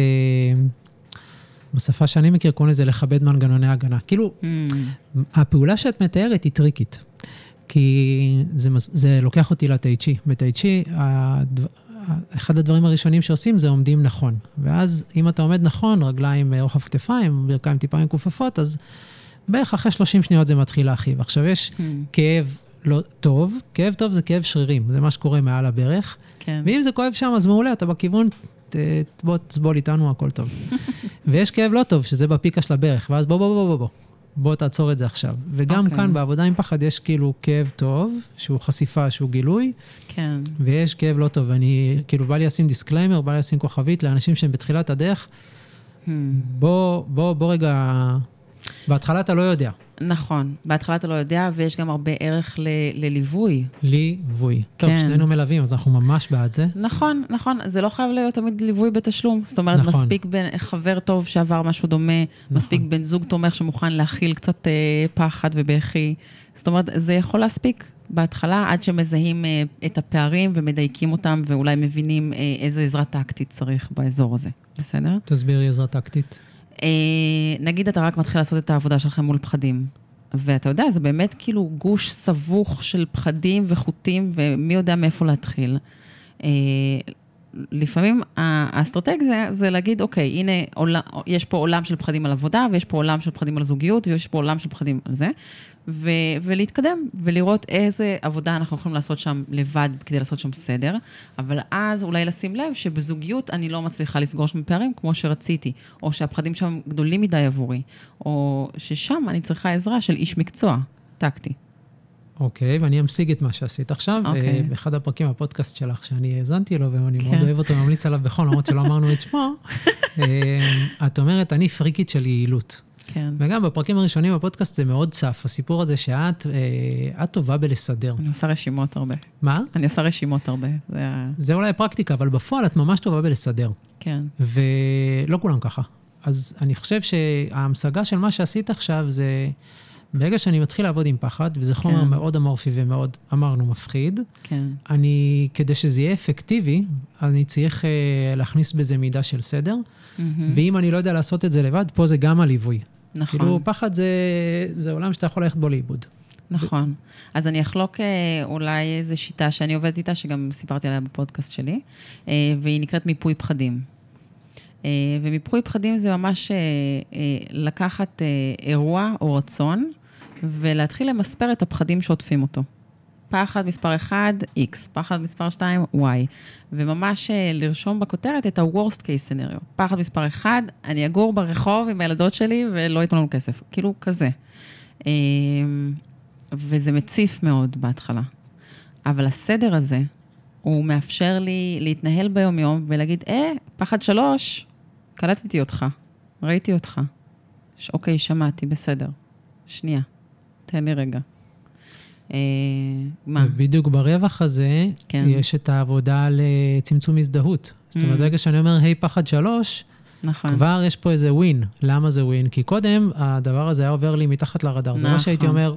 בשפה שאני מכיר, קוראים לזה לכבד מנגנוני הגנה. כאילו, הפעולה שאת מתארת היא טריקית, כי זה לוקח אותי לטאי-צ'י. בטאי-צ'י, אחד הדברים הראשונים שעושים זה עומדים נכון. ואז אם אתה עומד נכון, רגליים רוחב כתפיים, ברכיים טיפה עם כופפות, אז בערך אחרי 30 שניות זה מתחיל להכאיב. עכשיו יש כאב לא טוב, כאב טוב זה כאב שרירים, זה מה שקורה מעל הברך. כן. ואם זה כואב שם, אז מעולה, אתה בכיוון, בוא תסבול איתנו, הכל טוב. ויש כאב לא טוב, שזה בפיקה של הברך, ואז בוא תעצור את זה עכשיו. וגם כאן בעבודה עם פחד יש כאילו כאב טוב, שהוא חשיפה, שהוא גילוי, כן. ויש כאב לא טוב. ואני, כאילו, בא לי לשים דיסקליימר, בא לי לשים כוכבית לאנשים שהם בתחילת הדרך, בוא רגע, בהתחלה אתה לא יודע. נכון, בהתחלה אתה לא יודע, ויש גם הרבה ערך לליווי. ליווי. טוב, שנינו מלווים, אז אנחנו ממש בעד זה. נכון, נכון. זה לא חייב להיות תמיד ליווי בתשלום. זאת אומרת, מספיק בין חבר טוב שעבר משהו דומה, מספיק בין זוג תומך שמוכן להכיל קצת פחד ובכי. זאת אומרת, זה יכול להספיק בהתחלה, עד שמזהים את הפערים ומדייקים אותם, ואולי מבינים איזה עזרה טקטית צריך באזור הזה. בסדר? תסבירי עזרה טקטית. נגיד אתה רק מתחיל לעשות את העבודה שלכם מול פחדים, ואתה יודע, זה באמת כאילו גוש סבוך של פחדים וחוטים, ומי יודע מאיפה להתחיל. לפעמים האסטרטגיה זה להגיד, אוקיי, הנה, יש פה עולם של פחדים על עבודה, ויש פה עולם של פחדים על זוגיות, ויש פה עולם של פחדים על זה, ולהתקדם, ולראות איזה עבודה אנחנו יכולים לעשות שם לבד, כדי לעשות שם סדר, אבל אז אולי לשים לב שבזוגיות אני לא מצליחה לסגור שם פערים כמו שרציתי, או שהפחדים שם גדולים מדי עבורי, או ששם אני צריכה עזרה של איש מקצוע, טקטי. אוקיי, ואני אמשיג את מה שעשית עכשיו, באחד הפרקים בפודקאסט שלך, שאני האזנתי לו, ואני מאוד אוהב אותו, ממליץ עליו בכל, למרות שלא אמרנו את שמו, את אומרת, אני פריקית של יעילות. כן. וגם בפרקים הראשונים בפודקאסט זה מאוד צף, הסיפור הזה שאת טובה בלסדר. אני עושה רשימות הרבה. מה? אני עושה רשימות הרבה. זה אולי פרקטיקה, אבל בפועל את ממש טובה בלסדר. כן. ולא כולם ככה. אז אני חושב שההמשגה של מה שעשית עכשיו זה, ברגע שאני מתחיל לעבוד עם פחד, וזה חומר מאוד אמורפי ומאוד, אמרנו, מפחיד, כן. כדי שזה יהיה אפקטיבי, אני צריך להכניס בזה מידה של סדר, ואם אני לא יודע לעשות את זה לבד, פה זה גם הליווי. נכון. כאילו, פחד זה עולם שאתה יכול ללכת בו לאיבוד. נכון. אז אני אחלוק אולי איזו שיטה שאני עובדת איתה, שגם סיפרתי עליה בפודקאסט שלי, והיא נקראת מיפוי פחדים. ומיפוי פחדים זה ממש לקחת אירוע או רצון, ולהתחיל למספר את הפחדים שעוטפים אותו. פחד מספר 1, X, פחד מספר 2, Y, וממש לרשום בכותרת את ה-worst case scenario. פחד מספר 1, אני אגור ברחוב עם הילדות שלי ולא ייתנו לנו כסף. כאילו כזה. וזה מציף מאוד בהתחלה. אבל הסדר הזה, הוא מאפשר לי להתנהל ביום-יום ולהגיד, פחד 3, קלטתי אותך, ראיתי אותך. אוקיי, שמעתי, בסדר. שנייה, תן לי רגע. מה? בדיוק ברווח הזה, יש את העבודה לצמצום הזדהות. זאת אומרת, רגע שאני אומר, היי, פחד 3, כבר יש פה איזה ווין. למה זה ווין? כי קודם, הדבר הזה היה עובר לי מתחת לרדאר. זה לא שהייתי אומר,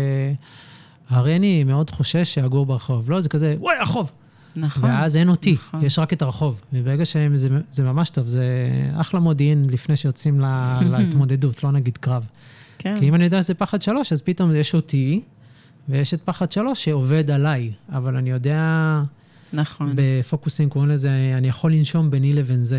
הרי אני מאוד חושש שאגור ברחוב. לא, זה כזה, וואי, הרחוב! נכון. ואז אין אותי, יש רק את הרחוב. וברגע שזה ממש טוב, זה אחלה מודיעין לפני שיוצאים להתמודדות, לא נגיד קרב. כן. כי אם אני יודע שזה פחד 3, אז פתאום יש אותי, ויש את פחד 3 שעובד עליי, אבל אני יודע, נכון. בפוקוסים קוראים לזה, אני יכול לנשום ביני לבין זה.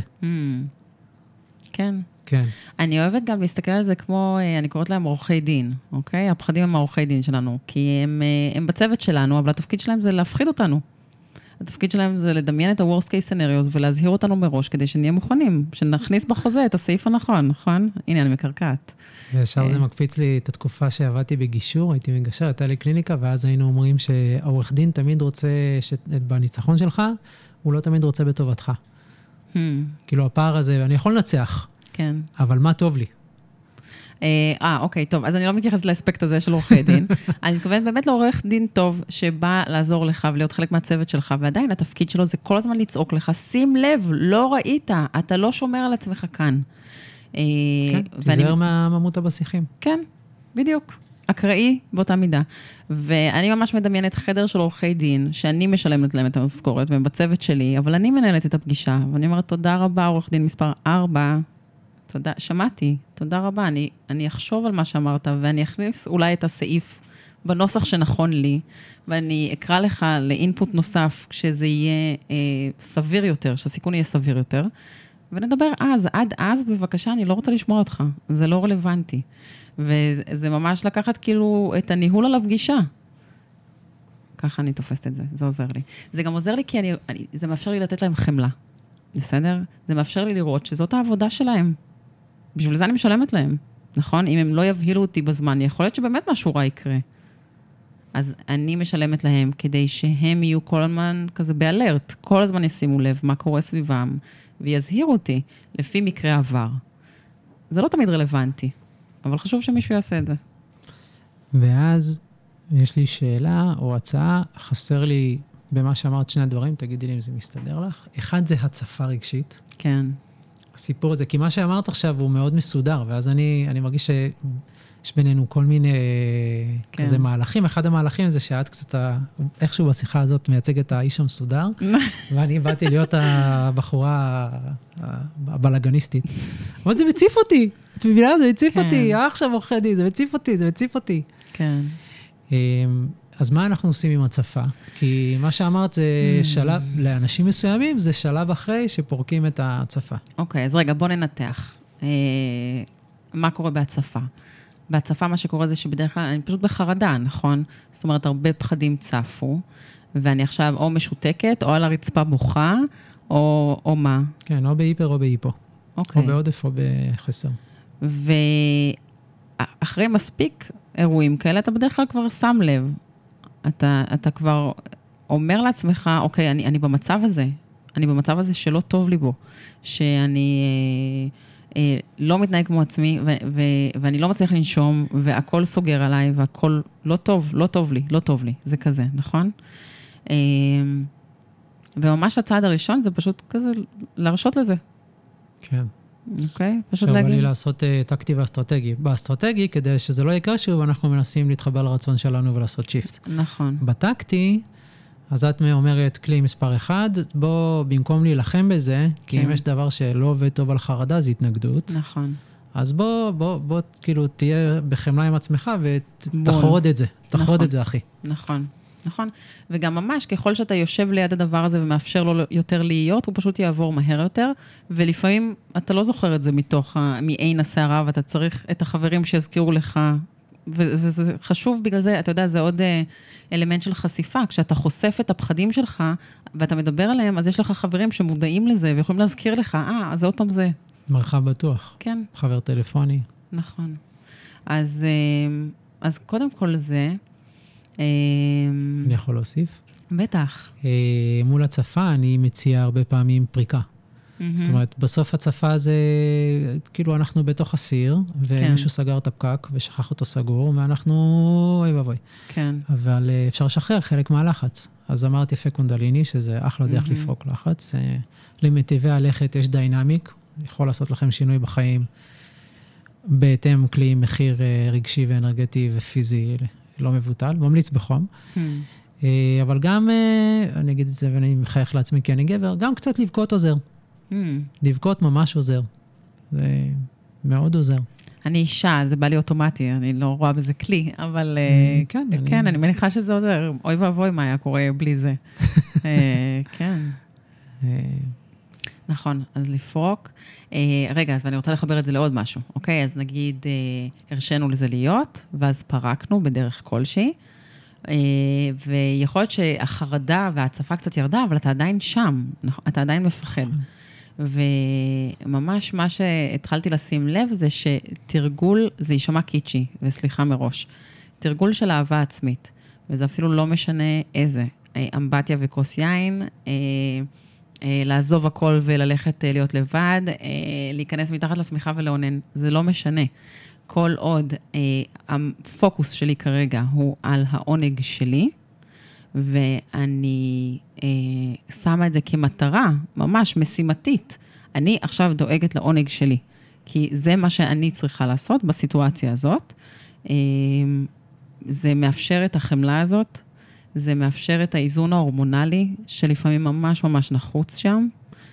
כן. כן. אני אוהבת גם להסתכל על זה כמו, אני קוראת להם עורכי דין, אוקיי? הפחדים הם העורכי דין שלנו, כי הם בצוות שלנו, אבל התפקיד שלהם זה להפחיד אותנו. התפקיד שלהם זה לדמיין את ה-worst case scenarios ולהזהיר אותנו מראש כדי שנהיה מוכנים, שנכניס בחוזה את הסעיף הנכון, נכון? הנה, אני מקרקעת. וישר זה מקפיץ לי את התקופה שעבדתי בגישור, הייתי מגשר, הייתה לי קליניקה, ואז היינו אומרים שהעורך דין תמיד רוצה, בניצחון שלך, הוא לא תמיד רוצה בטובתך. כאילו הפער הזה, אני יכול לנצח, כן. אבל מה טוב לי? אוקיי, טוב, אז אני לא מתייחסת לאספקט הזה של עורכי דין. אני מתכוונת באמת לעורך דין טוב, שבא לעזור לך ולהיות חלק מהצוות שלך, ועדיין התפקיד שלו זה כל הזמן לצעוק לך, שים לב, לא ראית, אתה לא שומר על עצמך כאן. כן, תיזהר מהממות הבשיחים. כן, בדיוק. אקראי באותה מידה. ואני ממש מדמיינת חדר של עורכי דין, שאני משלמת להם את המשכורת, והם בצוות שלי, אבל אני מנהלת את הפגישה, ואני אומרת, תודה רבה, עורך דין מספר 4, תודה, שמעתי, תודה רבה, אני אחשוב על מה שאמרת, ואני אכניס אולי את הסעיף בנוסח שנכון לי, ואני אקרא לך לאינפוט נוסף, כשזה יהיה סביר יותר, שהסיכון יהיה סביר יותר, ונדבר אז, עד אז בבקשה, אני לא רוצה לשמוע אותך, זה לא רלוונטי. וזה ממש לקחת כאילו את הניהול על הפגישה. ככה אני תופסת את זה, זה עוזר לי. זה גם עוזר לי כי זה מאפשר לי לתת להם חמלה, בסדר? זה מאפשר לי לראות שזאת העבודה שלהם. בשביל זה אני משלמת להם, נכון? אם הם לא יבהילו אותי בזמן, יכול להיות שבאמת משהו רע יקרה. אז אני משלמת להם כדי שהם יהיו כל הזמן כזה באלרט, כל הזמן ישימו לב מה קורה סביבם, ויזהירו אותי לפי מקרה עבר. זה לא תמיד רלוונטי, אבל חשוב שמישהו יעשה את זה. ואז יש לי שאלה או הצעה, חסר לי במה שאמרת שני הדברים, תגידי לי אם זה מסתדר לך. אחד זה הצפה רגשית. כן. הסיפור הזה, כי מה שאמרת עכשיו הוא מאוד מסודר, ואז אני מרגיש יש בינינו כל מיני כזה מהלכים. אחד המהלכים זה שאת קצת, איכשהו בשיחה הזאת מייצגת את האיש המסודר, ואני באתי להיות הבחורה הבלגניסטית. אבל זה מציף אותי. את מבינה? זה מציף אותי. עכשיו עורכי דין, זה מציף אותי. כן. אז מה אנחנו עושים עם הצפה? כי מה שאמרת זה שלב, לאנשים מסוימים זה שלב אחרי שפורקים את הצפה. אוקיי, אז רגע, בוא ננתח. מה קורה בהצפה? בהצפה מה שקורה זה שבדרך כלל אני פשוט בחרדה, נכון? זאת אומרת, הרבה פחדים צפו, ואני עכשיו או משותקת, או על הרצפה בוכה, או מה? כן, או בהיפר או בהיפו. אוקיי. או בעודף או בחסר. ואחרי מספיק אירועים כאלה, אתה בדרך כלל כבר שם לב. אתה כבר אומר לעצמך, אוקיי, אני במצב הזה. אני במצב הזה שלא טוב לי בו. שאני לא מתנהג כמו עצמי, ואני לא מצליח לנשום, והכל סוגר עליי, והכל לא טוב, לא טוב לי. זה כזה, נכון? וממש הצעד הראשון זה פשוט כזה להרשות לזה. כן. אוקיי? פשוט להגיד. עכשיו לי לעשות טקטי ואסטרטגי. באסטרטגי, כדי שזה לא יקרה שוב, אנחנו מנסים להתחבר לרצון שלנו ולעשות שיפט. נכון. בטקטי, אז את אומרת כלי מספר 1, בוא, במקום להילחם בזה, כי אם יש דבר שלא עובד טוב על חרדה, זה התנגדות. נכון. אז בוא, כאילו, תהיה בחמלה עם עצמך ותחרוד את זה. תחרוד את זה, אחי. נכון. נכון, וגם ממש, ככל שאתה יושב ליד הדבר הזה ומאפשר לו יותר להיות, הוא פשוט יעבור מהר יותר, ולפעמים אתה לא זוכר את זה מעין הסערה, ואתה צריך את החברים שיזכירו לך, וזה חשוב בגלל זה, אתה יודע, זה עוד אלמנט של חשיפה, כשאתה חושף את הפחדים שלך, ואתה מדבר עליהם, אז יש לך חברים שמודעים לזה, ויכולים להזכיר לך, זה עוד פעם זה. מרחב בטוח. כן. חבר טלפוני. נכון. אז קודם כל זה, אני יכול להוסיף? בטח. מול הצפה אני מציע הרבה פעמים פריקה. זאת אומרת, בסוף הצפה זה, כאילו אנחנו בתוך הסיר, ומישהו סגר את הפקק ושכח אותו סגור, ואנחנו, אוי ואבוי. כן. אבל אפשר לשחרר חלק מהלחץ. אז אמרתי יפה קונדליני, שזה אחלה דרך לפרוק לחץ. למטיבי הלכת יש דיינמיק, יכול לעשות לכם שינוי בחיים, בהתאם כלי מחיר רגשי ואנרגטי ופיזי, לא מבוטל, ממליץ בחום. אבל גם, אני אגיד את זה ואני מחייך לעצמי כי אני גבר, גם קצת לבכות עוזר. לבכות ממש עוזר. זה מאוד עוזר. אני אישה, זה בא לי אוטומטי, אני לא רואה בזה כלי, אבל כן, אני מניחה שזה עוזר. אוי ואבוי מה היה קורה בלי זה. כן. נכון, אז לפרוק. רגע, אז אני רוצה לחבר את זה לעוד משהו, אוקיי? אז נגיד, הרשנו לזה להיות, ואז פרקנו בדרך כלשהי, ויכול להיות שהחרדה וההצפה קצת ירדה, אבל אתה עדיין שם, אתה עדיין מפחד. וממש מה שהתחלתי לשים לב זה שתרגול, זה יישמע קיצ'י, וסליחה מראש, תרגול של אהבה עצמית, וזה אפילו לא משנה איזה, אמבטיה וכוס יין, לעזוב הכל וללכת להיות לבד, להיכנס מתחת לשמיכה ולעונן, זה לא משנה. כל עוד הפוקוס שלי כרגע הוא על העונג שלי, ואני שמה את זה כמטרה, ממש משימתית. אני עכשיו דואגת לעונג שלי, כי זה מה שאני צריכה לעשות בסיטואציה הזאת. זה מאפשר את החמלה הזאת, זה מאפשר את האיזון ההורמונלי, שלפעמים ממש ממש נחוץ שם,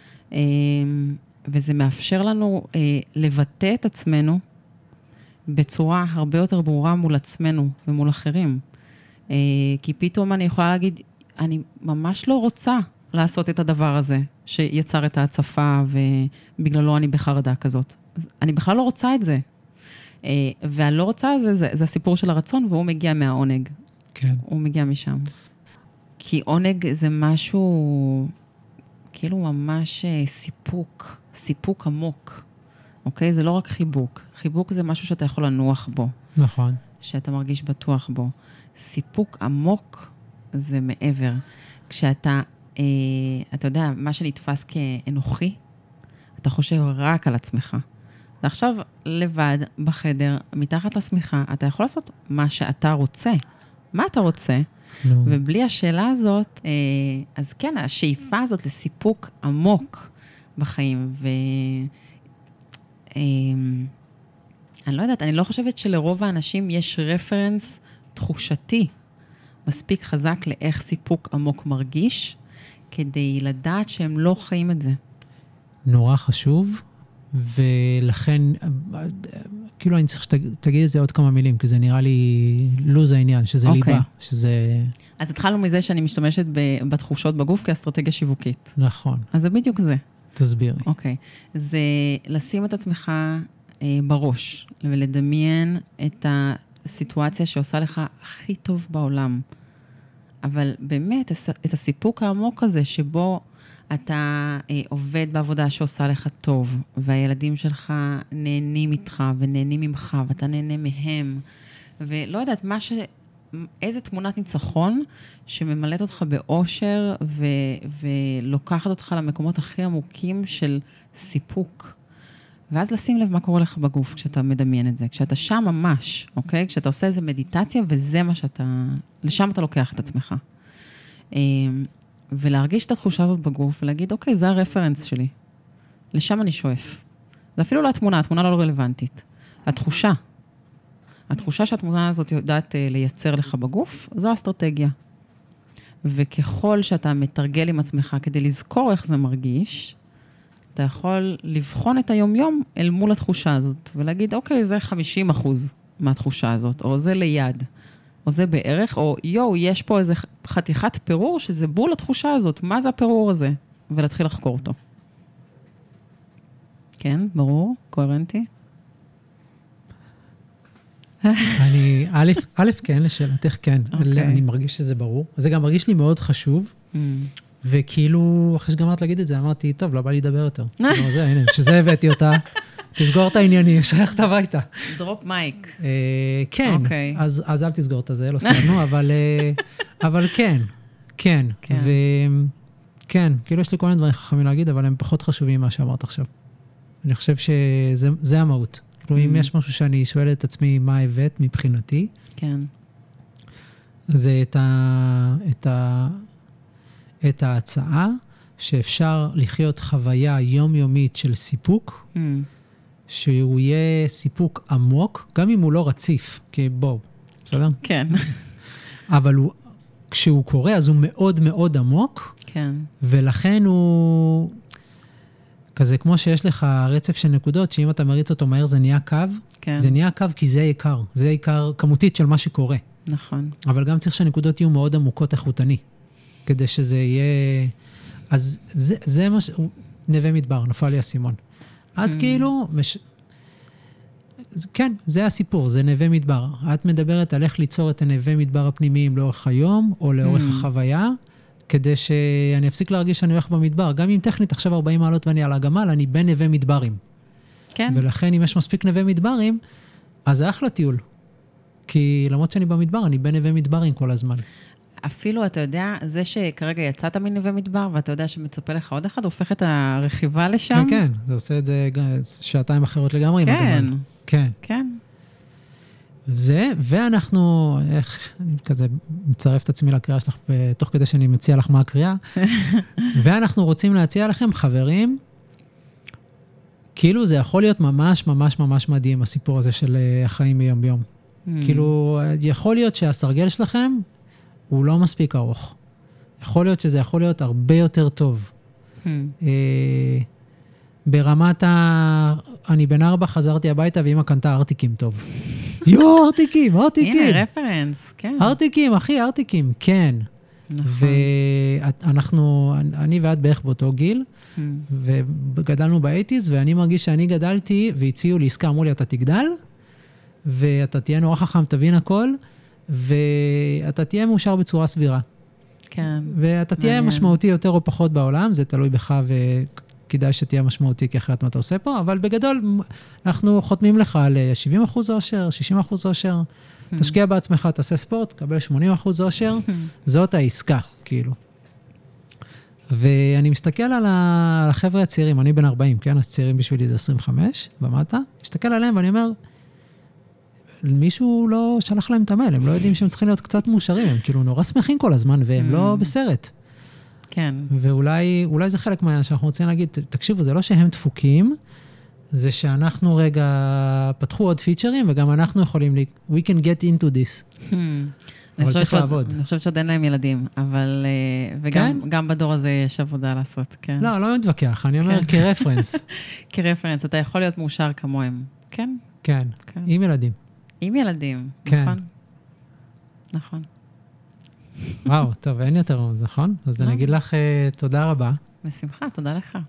וזה מאפשר לנו לבטא את עצמנו בצורה הרבה יותר ברורה מול עצמנו ומול אחרים. כי פתאום אני יכולה להגיד, אני ממש לא רוצה לעשות את הדבר הזה, שיצר את ההצפה ובגללו אני בחרדה כזאת. אני בכלל לא רוצה את זה. והלא רוצה זה הסיפור של הרצון, והוא מגיע מהעונג. כן. הוא מגיע משם. כי עונג זה משהו, כאילו ממש סיפוק עמוק. אוקיי? זה לא רק חיבוק. חיבוק זה משהו שאתה יכול לנוח בו. נכון. שאתה מרגיש בטוח בו. סיפוק עמוק זה מעבר. כשאתה, אתה יודע, מה שנתפס כאנוכי, אתה חושב רק על עצמך. ועכשיו לבד בחדר, מתחת לשמיכה, אתה יכול לעשות מה שאתה רוצה. מה אתה רוצה? ובלי השאלה הזאת, אז כן, השאיפה הזאת לסיפוק עמוק בחיים. אני לא יודעת, אני לא חושבת שלרוב האנשים יש רפרנס תחושתי מספיק חזק לאיך סיפוק עמוק מרגיש, כדי לדעת שהם לא חיים את זה. נורא חשוב, ולכן, כאילו אני צריך שתגיד את זה עוד כמה מילים, כי זה נראה לי לוז העניין, שזה ליבה, שזה... אז התחלנו מזה שאני משתמשת בתחושות בגוף כאסטרטגיה שיווקית. נכון. אז זה בדיוק זה. תסבירי. אוקיי. זה לשים את עצמך בראש, ולדמיין את הסיטואציה שעושה לך הכי טוב בעולם. אבל באמת, את הסיפוק העמוק הזה, שבו אתה עובד בעבודה שעושה לך טוב, והילדים שלך נהנים איתך, ונהנים ממך, ואתה נהנה מהם, ולא יודעת, איזה תמונת ניצחון שממלאת אותך באושר, ולוקחת אותך למקומות הכי עמוקים של סיפוק. ואז לשים לב מה קורה לך בגוף כשאתה מדמיין את זה. כשאתה שם ממש, אוקיי? כשאתה עושה איזו מדיטציה, וזה מה לשם אתה לוקח את עצמך. ולהרגיש את התחושה הזאת בגוף, ולהגיד, אוקיי, זה הרפרנס שלי. לשם אני שואף. זה אפילו לא התמונה לא רלוונטית. התחושה שהתמונה הזאת יודעת לייצר לך בגוף, זו האסטרטגיה. וככל שאתה מתרגל עם עצמך כדי לזכור איך זה מרגיש, אתה יכול לבחון את היום-יום אל מול התחושה הזאת, ולהגיד, אוקיי, זה 50% מהתחושה הזאת, או זה ליד, או זה בערך, או יש פה איזה חתיכת פירור, שזה בול התחושה הזאת, מה זה הפירור הזה? ולהתחיל לחקור אותו. כן, ברור, קוהרנטי. א', כן, לשאלתך, כן. אני מרגיש שזה ברור. זה גם מרגיש לי מאוד חשוב, וכאילו, אחרי שגמרת להגיד את זה, אמרתי, טוב, לא בא לי לדבר יותר. זה, הנה, שזה הבאתי אותה, תסגור את העניינים, שייכת הביתה. דרופ מייק. כן, אז אל תסגור את זה, לא סיימנו, אבל כן, וכן, כאילו יש לי כל מיני דברים חכמים להגיד, אבל הם פחות חשובים ממה שאמרת עכשיו. אני חושב שזה המהות. כאילו, אם יש משהו שאני שואל את עצמי מה הבאת מבחינתי, כן. זה את ההצעה שאפשר לחיות חוויה יומיומית של סיפוק, שהוא יהיה סיפוק עמוק, גם אם הוא לא רציף, כי בואו, בסדר? כן. אבל כשהוא קורה, אז הוא מאוד מאוד עמוק, כן. ולכן הוא כזה כמו שיש לך רצף של נקודות, שאם אתה מריץ אותו מהר זה נהיה קו, כן. זה נהיה קו כי זה עיקר כמותית של מה שקורה. נכון. אבל גם צריך שהנקודות יהיו מאוד עמוקות איכותני, כדי שזה יהיה... אז זה מה נווה מדבר, נפל לי הסימון. את כאילו... כן, זה הסיפור, זה נווה מדבר. את מדברת על איך ליצור את הנווה מדבר הפנימיים לאורך היום, או לאורך החוויה, כדי שאני אפסיק להרגיש שאני הולך במדבר. גם אם טכנית עכשיו 40 מעלות ואני על הגמל, אני בין נווה מדברים. כן. ולכן אם יש מספיק נווה מדברים, אז זה אחלה טיול. כי למרות שאני במדבר, אני בין נווה מדברים כל הזמן. אפילו, אתה יודע, זה שכרגע יצאת מנווה מדבר, ואתה יודע שמצפה לך עוד אחד, הופך את הרכיבה לשם. כן, זה עושה את זה שעתיים אחרות לגמרי. כן. כן. כן. ואנחנו, אני כזה מצרף את עצמי לקריאה שלך, תוך כדי שאני מציע לך מה הקריאה, ואנחנו רוצים להציע לכם, חברים, כאילו זה יכול להיות ממש ממש ממש מדהים, הסיפור הזה של החיים מיום ביום. כאילו, יכול להיות שהסרגל שלכם, הוא לא מספיק ארוך. יכול להיות שזה יכול להיות הרבה יותר טוב. ברמת אני בן 4 חזרתי הביתה, ואמא קנתה ארטיקים טוב. ארטיקים. הנה, רפרנס, כן. ארטיקים, אחי, ארטיקים, כן. נכון. ואנחנו, אני ואת בערך באותו גיל, וגדלנו ב-80s, ואני מרגיש שאני גדלתי, והציעו לי עסקה, אמרו לי, אתה תגדל, ואתה תהיה נורא חכם, תבין הכל, ואתה תהיה מאושר בצורה סבירה. כן. ואתה תהיה משמעותי יותר או פחות בעולם, זה תלוי בך וכדאי שתהיה משמעותי כאחרת מה אתה עושה פה, אבל בגדול אנחנו חותמים לך על 70% אושר, 60% אושר, תשקיע בעצמך, תעשה ספורט, תקבל 80% אושר, זאת העסקה, כאילו. ואני מסתכל על החבר'ה הצעירים, אני בן 40, כן? אז צעירים בשבילי זה 25 ומטה, מסתכל עליהם ואני אומר, מישהו לא שלח להם את המייל, הם לא יודעים שהם צריכים להיות קצת מאושרים, הם כאילו נורא שמחים כל הזמן, והם לא בסרט. כן. ואולי זה חלק מהעניין שאנחנו רוצים להגיד, תקשיבו, זה לא שהם דפוקים, זה שאנחנו רגע פתחו עוד פיצ'רים, וגם אנחנו יכולים, we can get into this. אבל צריך לעבוד. אני חושבת שעוד אין להם ילדים, אבל, וגם בדור הזה יש עבודה לעשות, כן. לא מתווכח, אני אומר כרפרנס. כרפרנס, אתה יכול להיות מאושר כמוהם, כן? כן, עם ילדים. עם ילדים, נכון? נכון. וואו, טוב, אין יותר רמז, נכון? אז אני אגיד לך תודה רבה. בשמחה, תודה לך.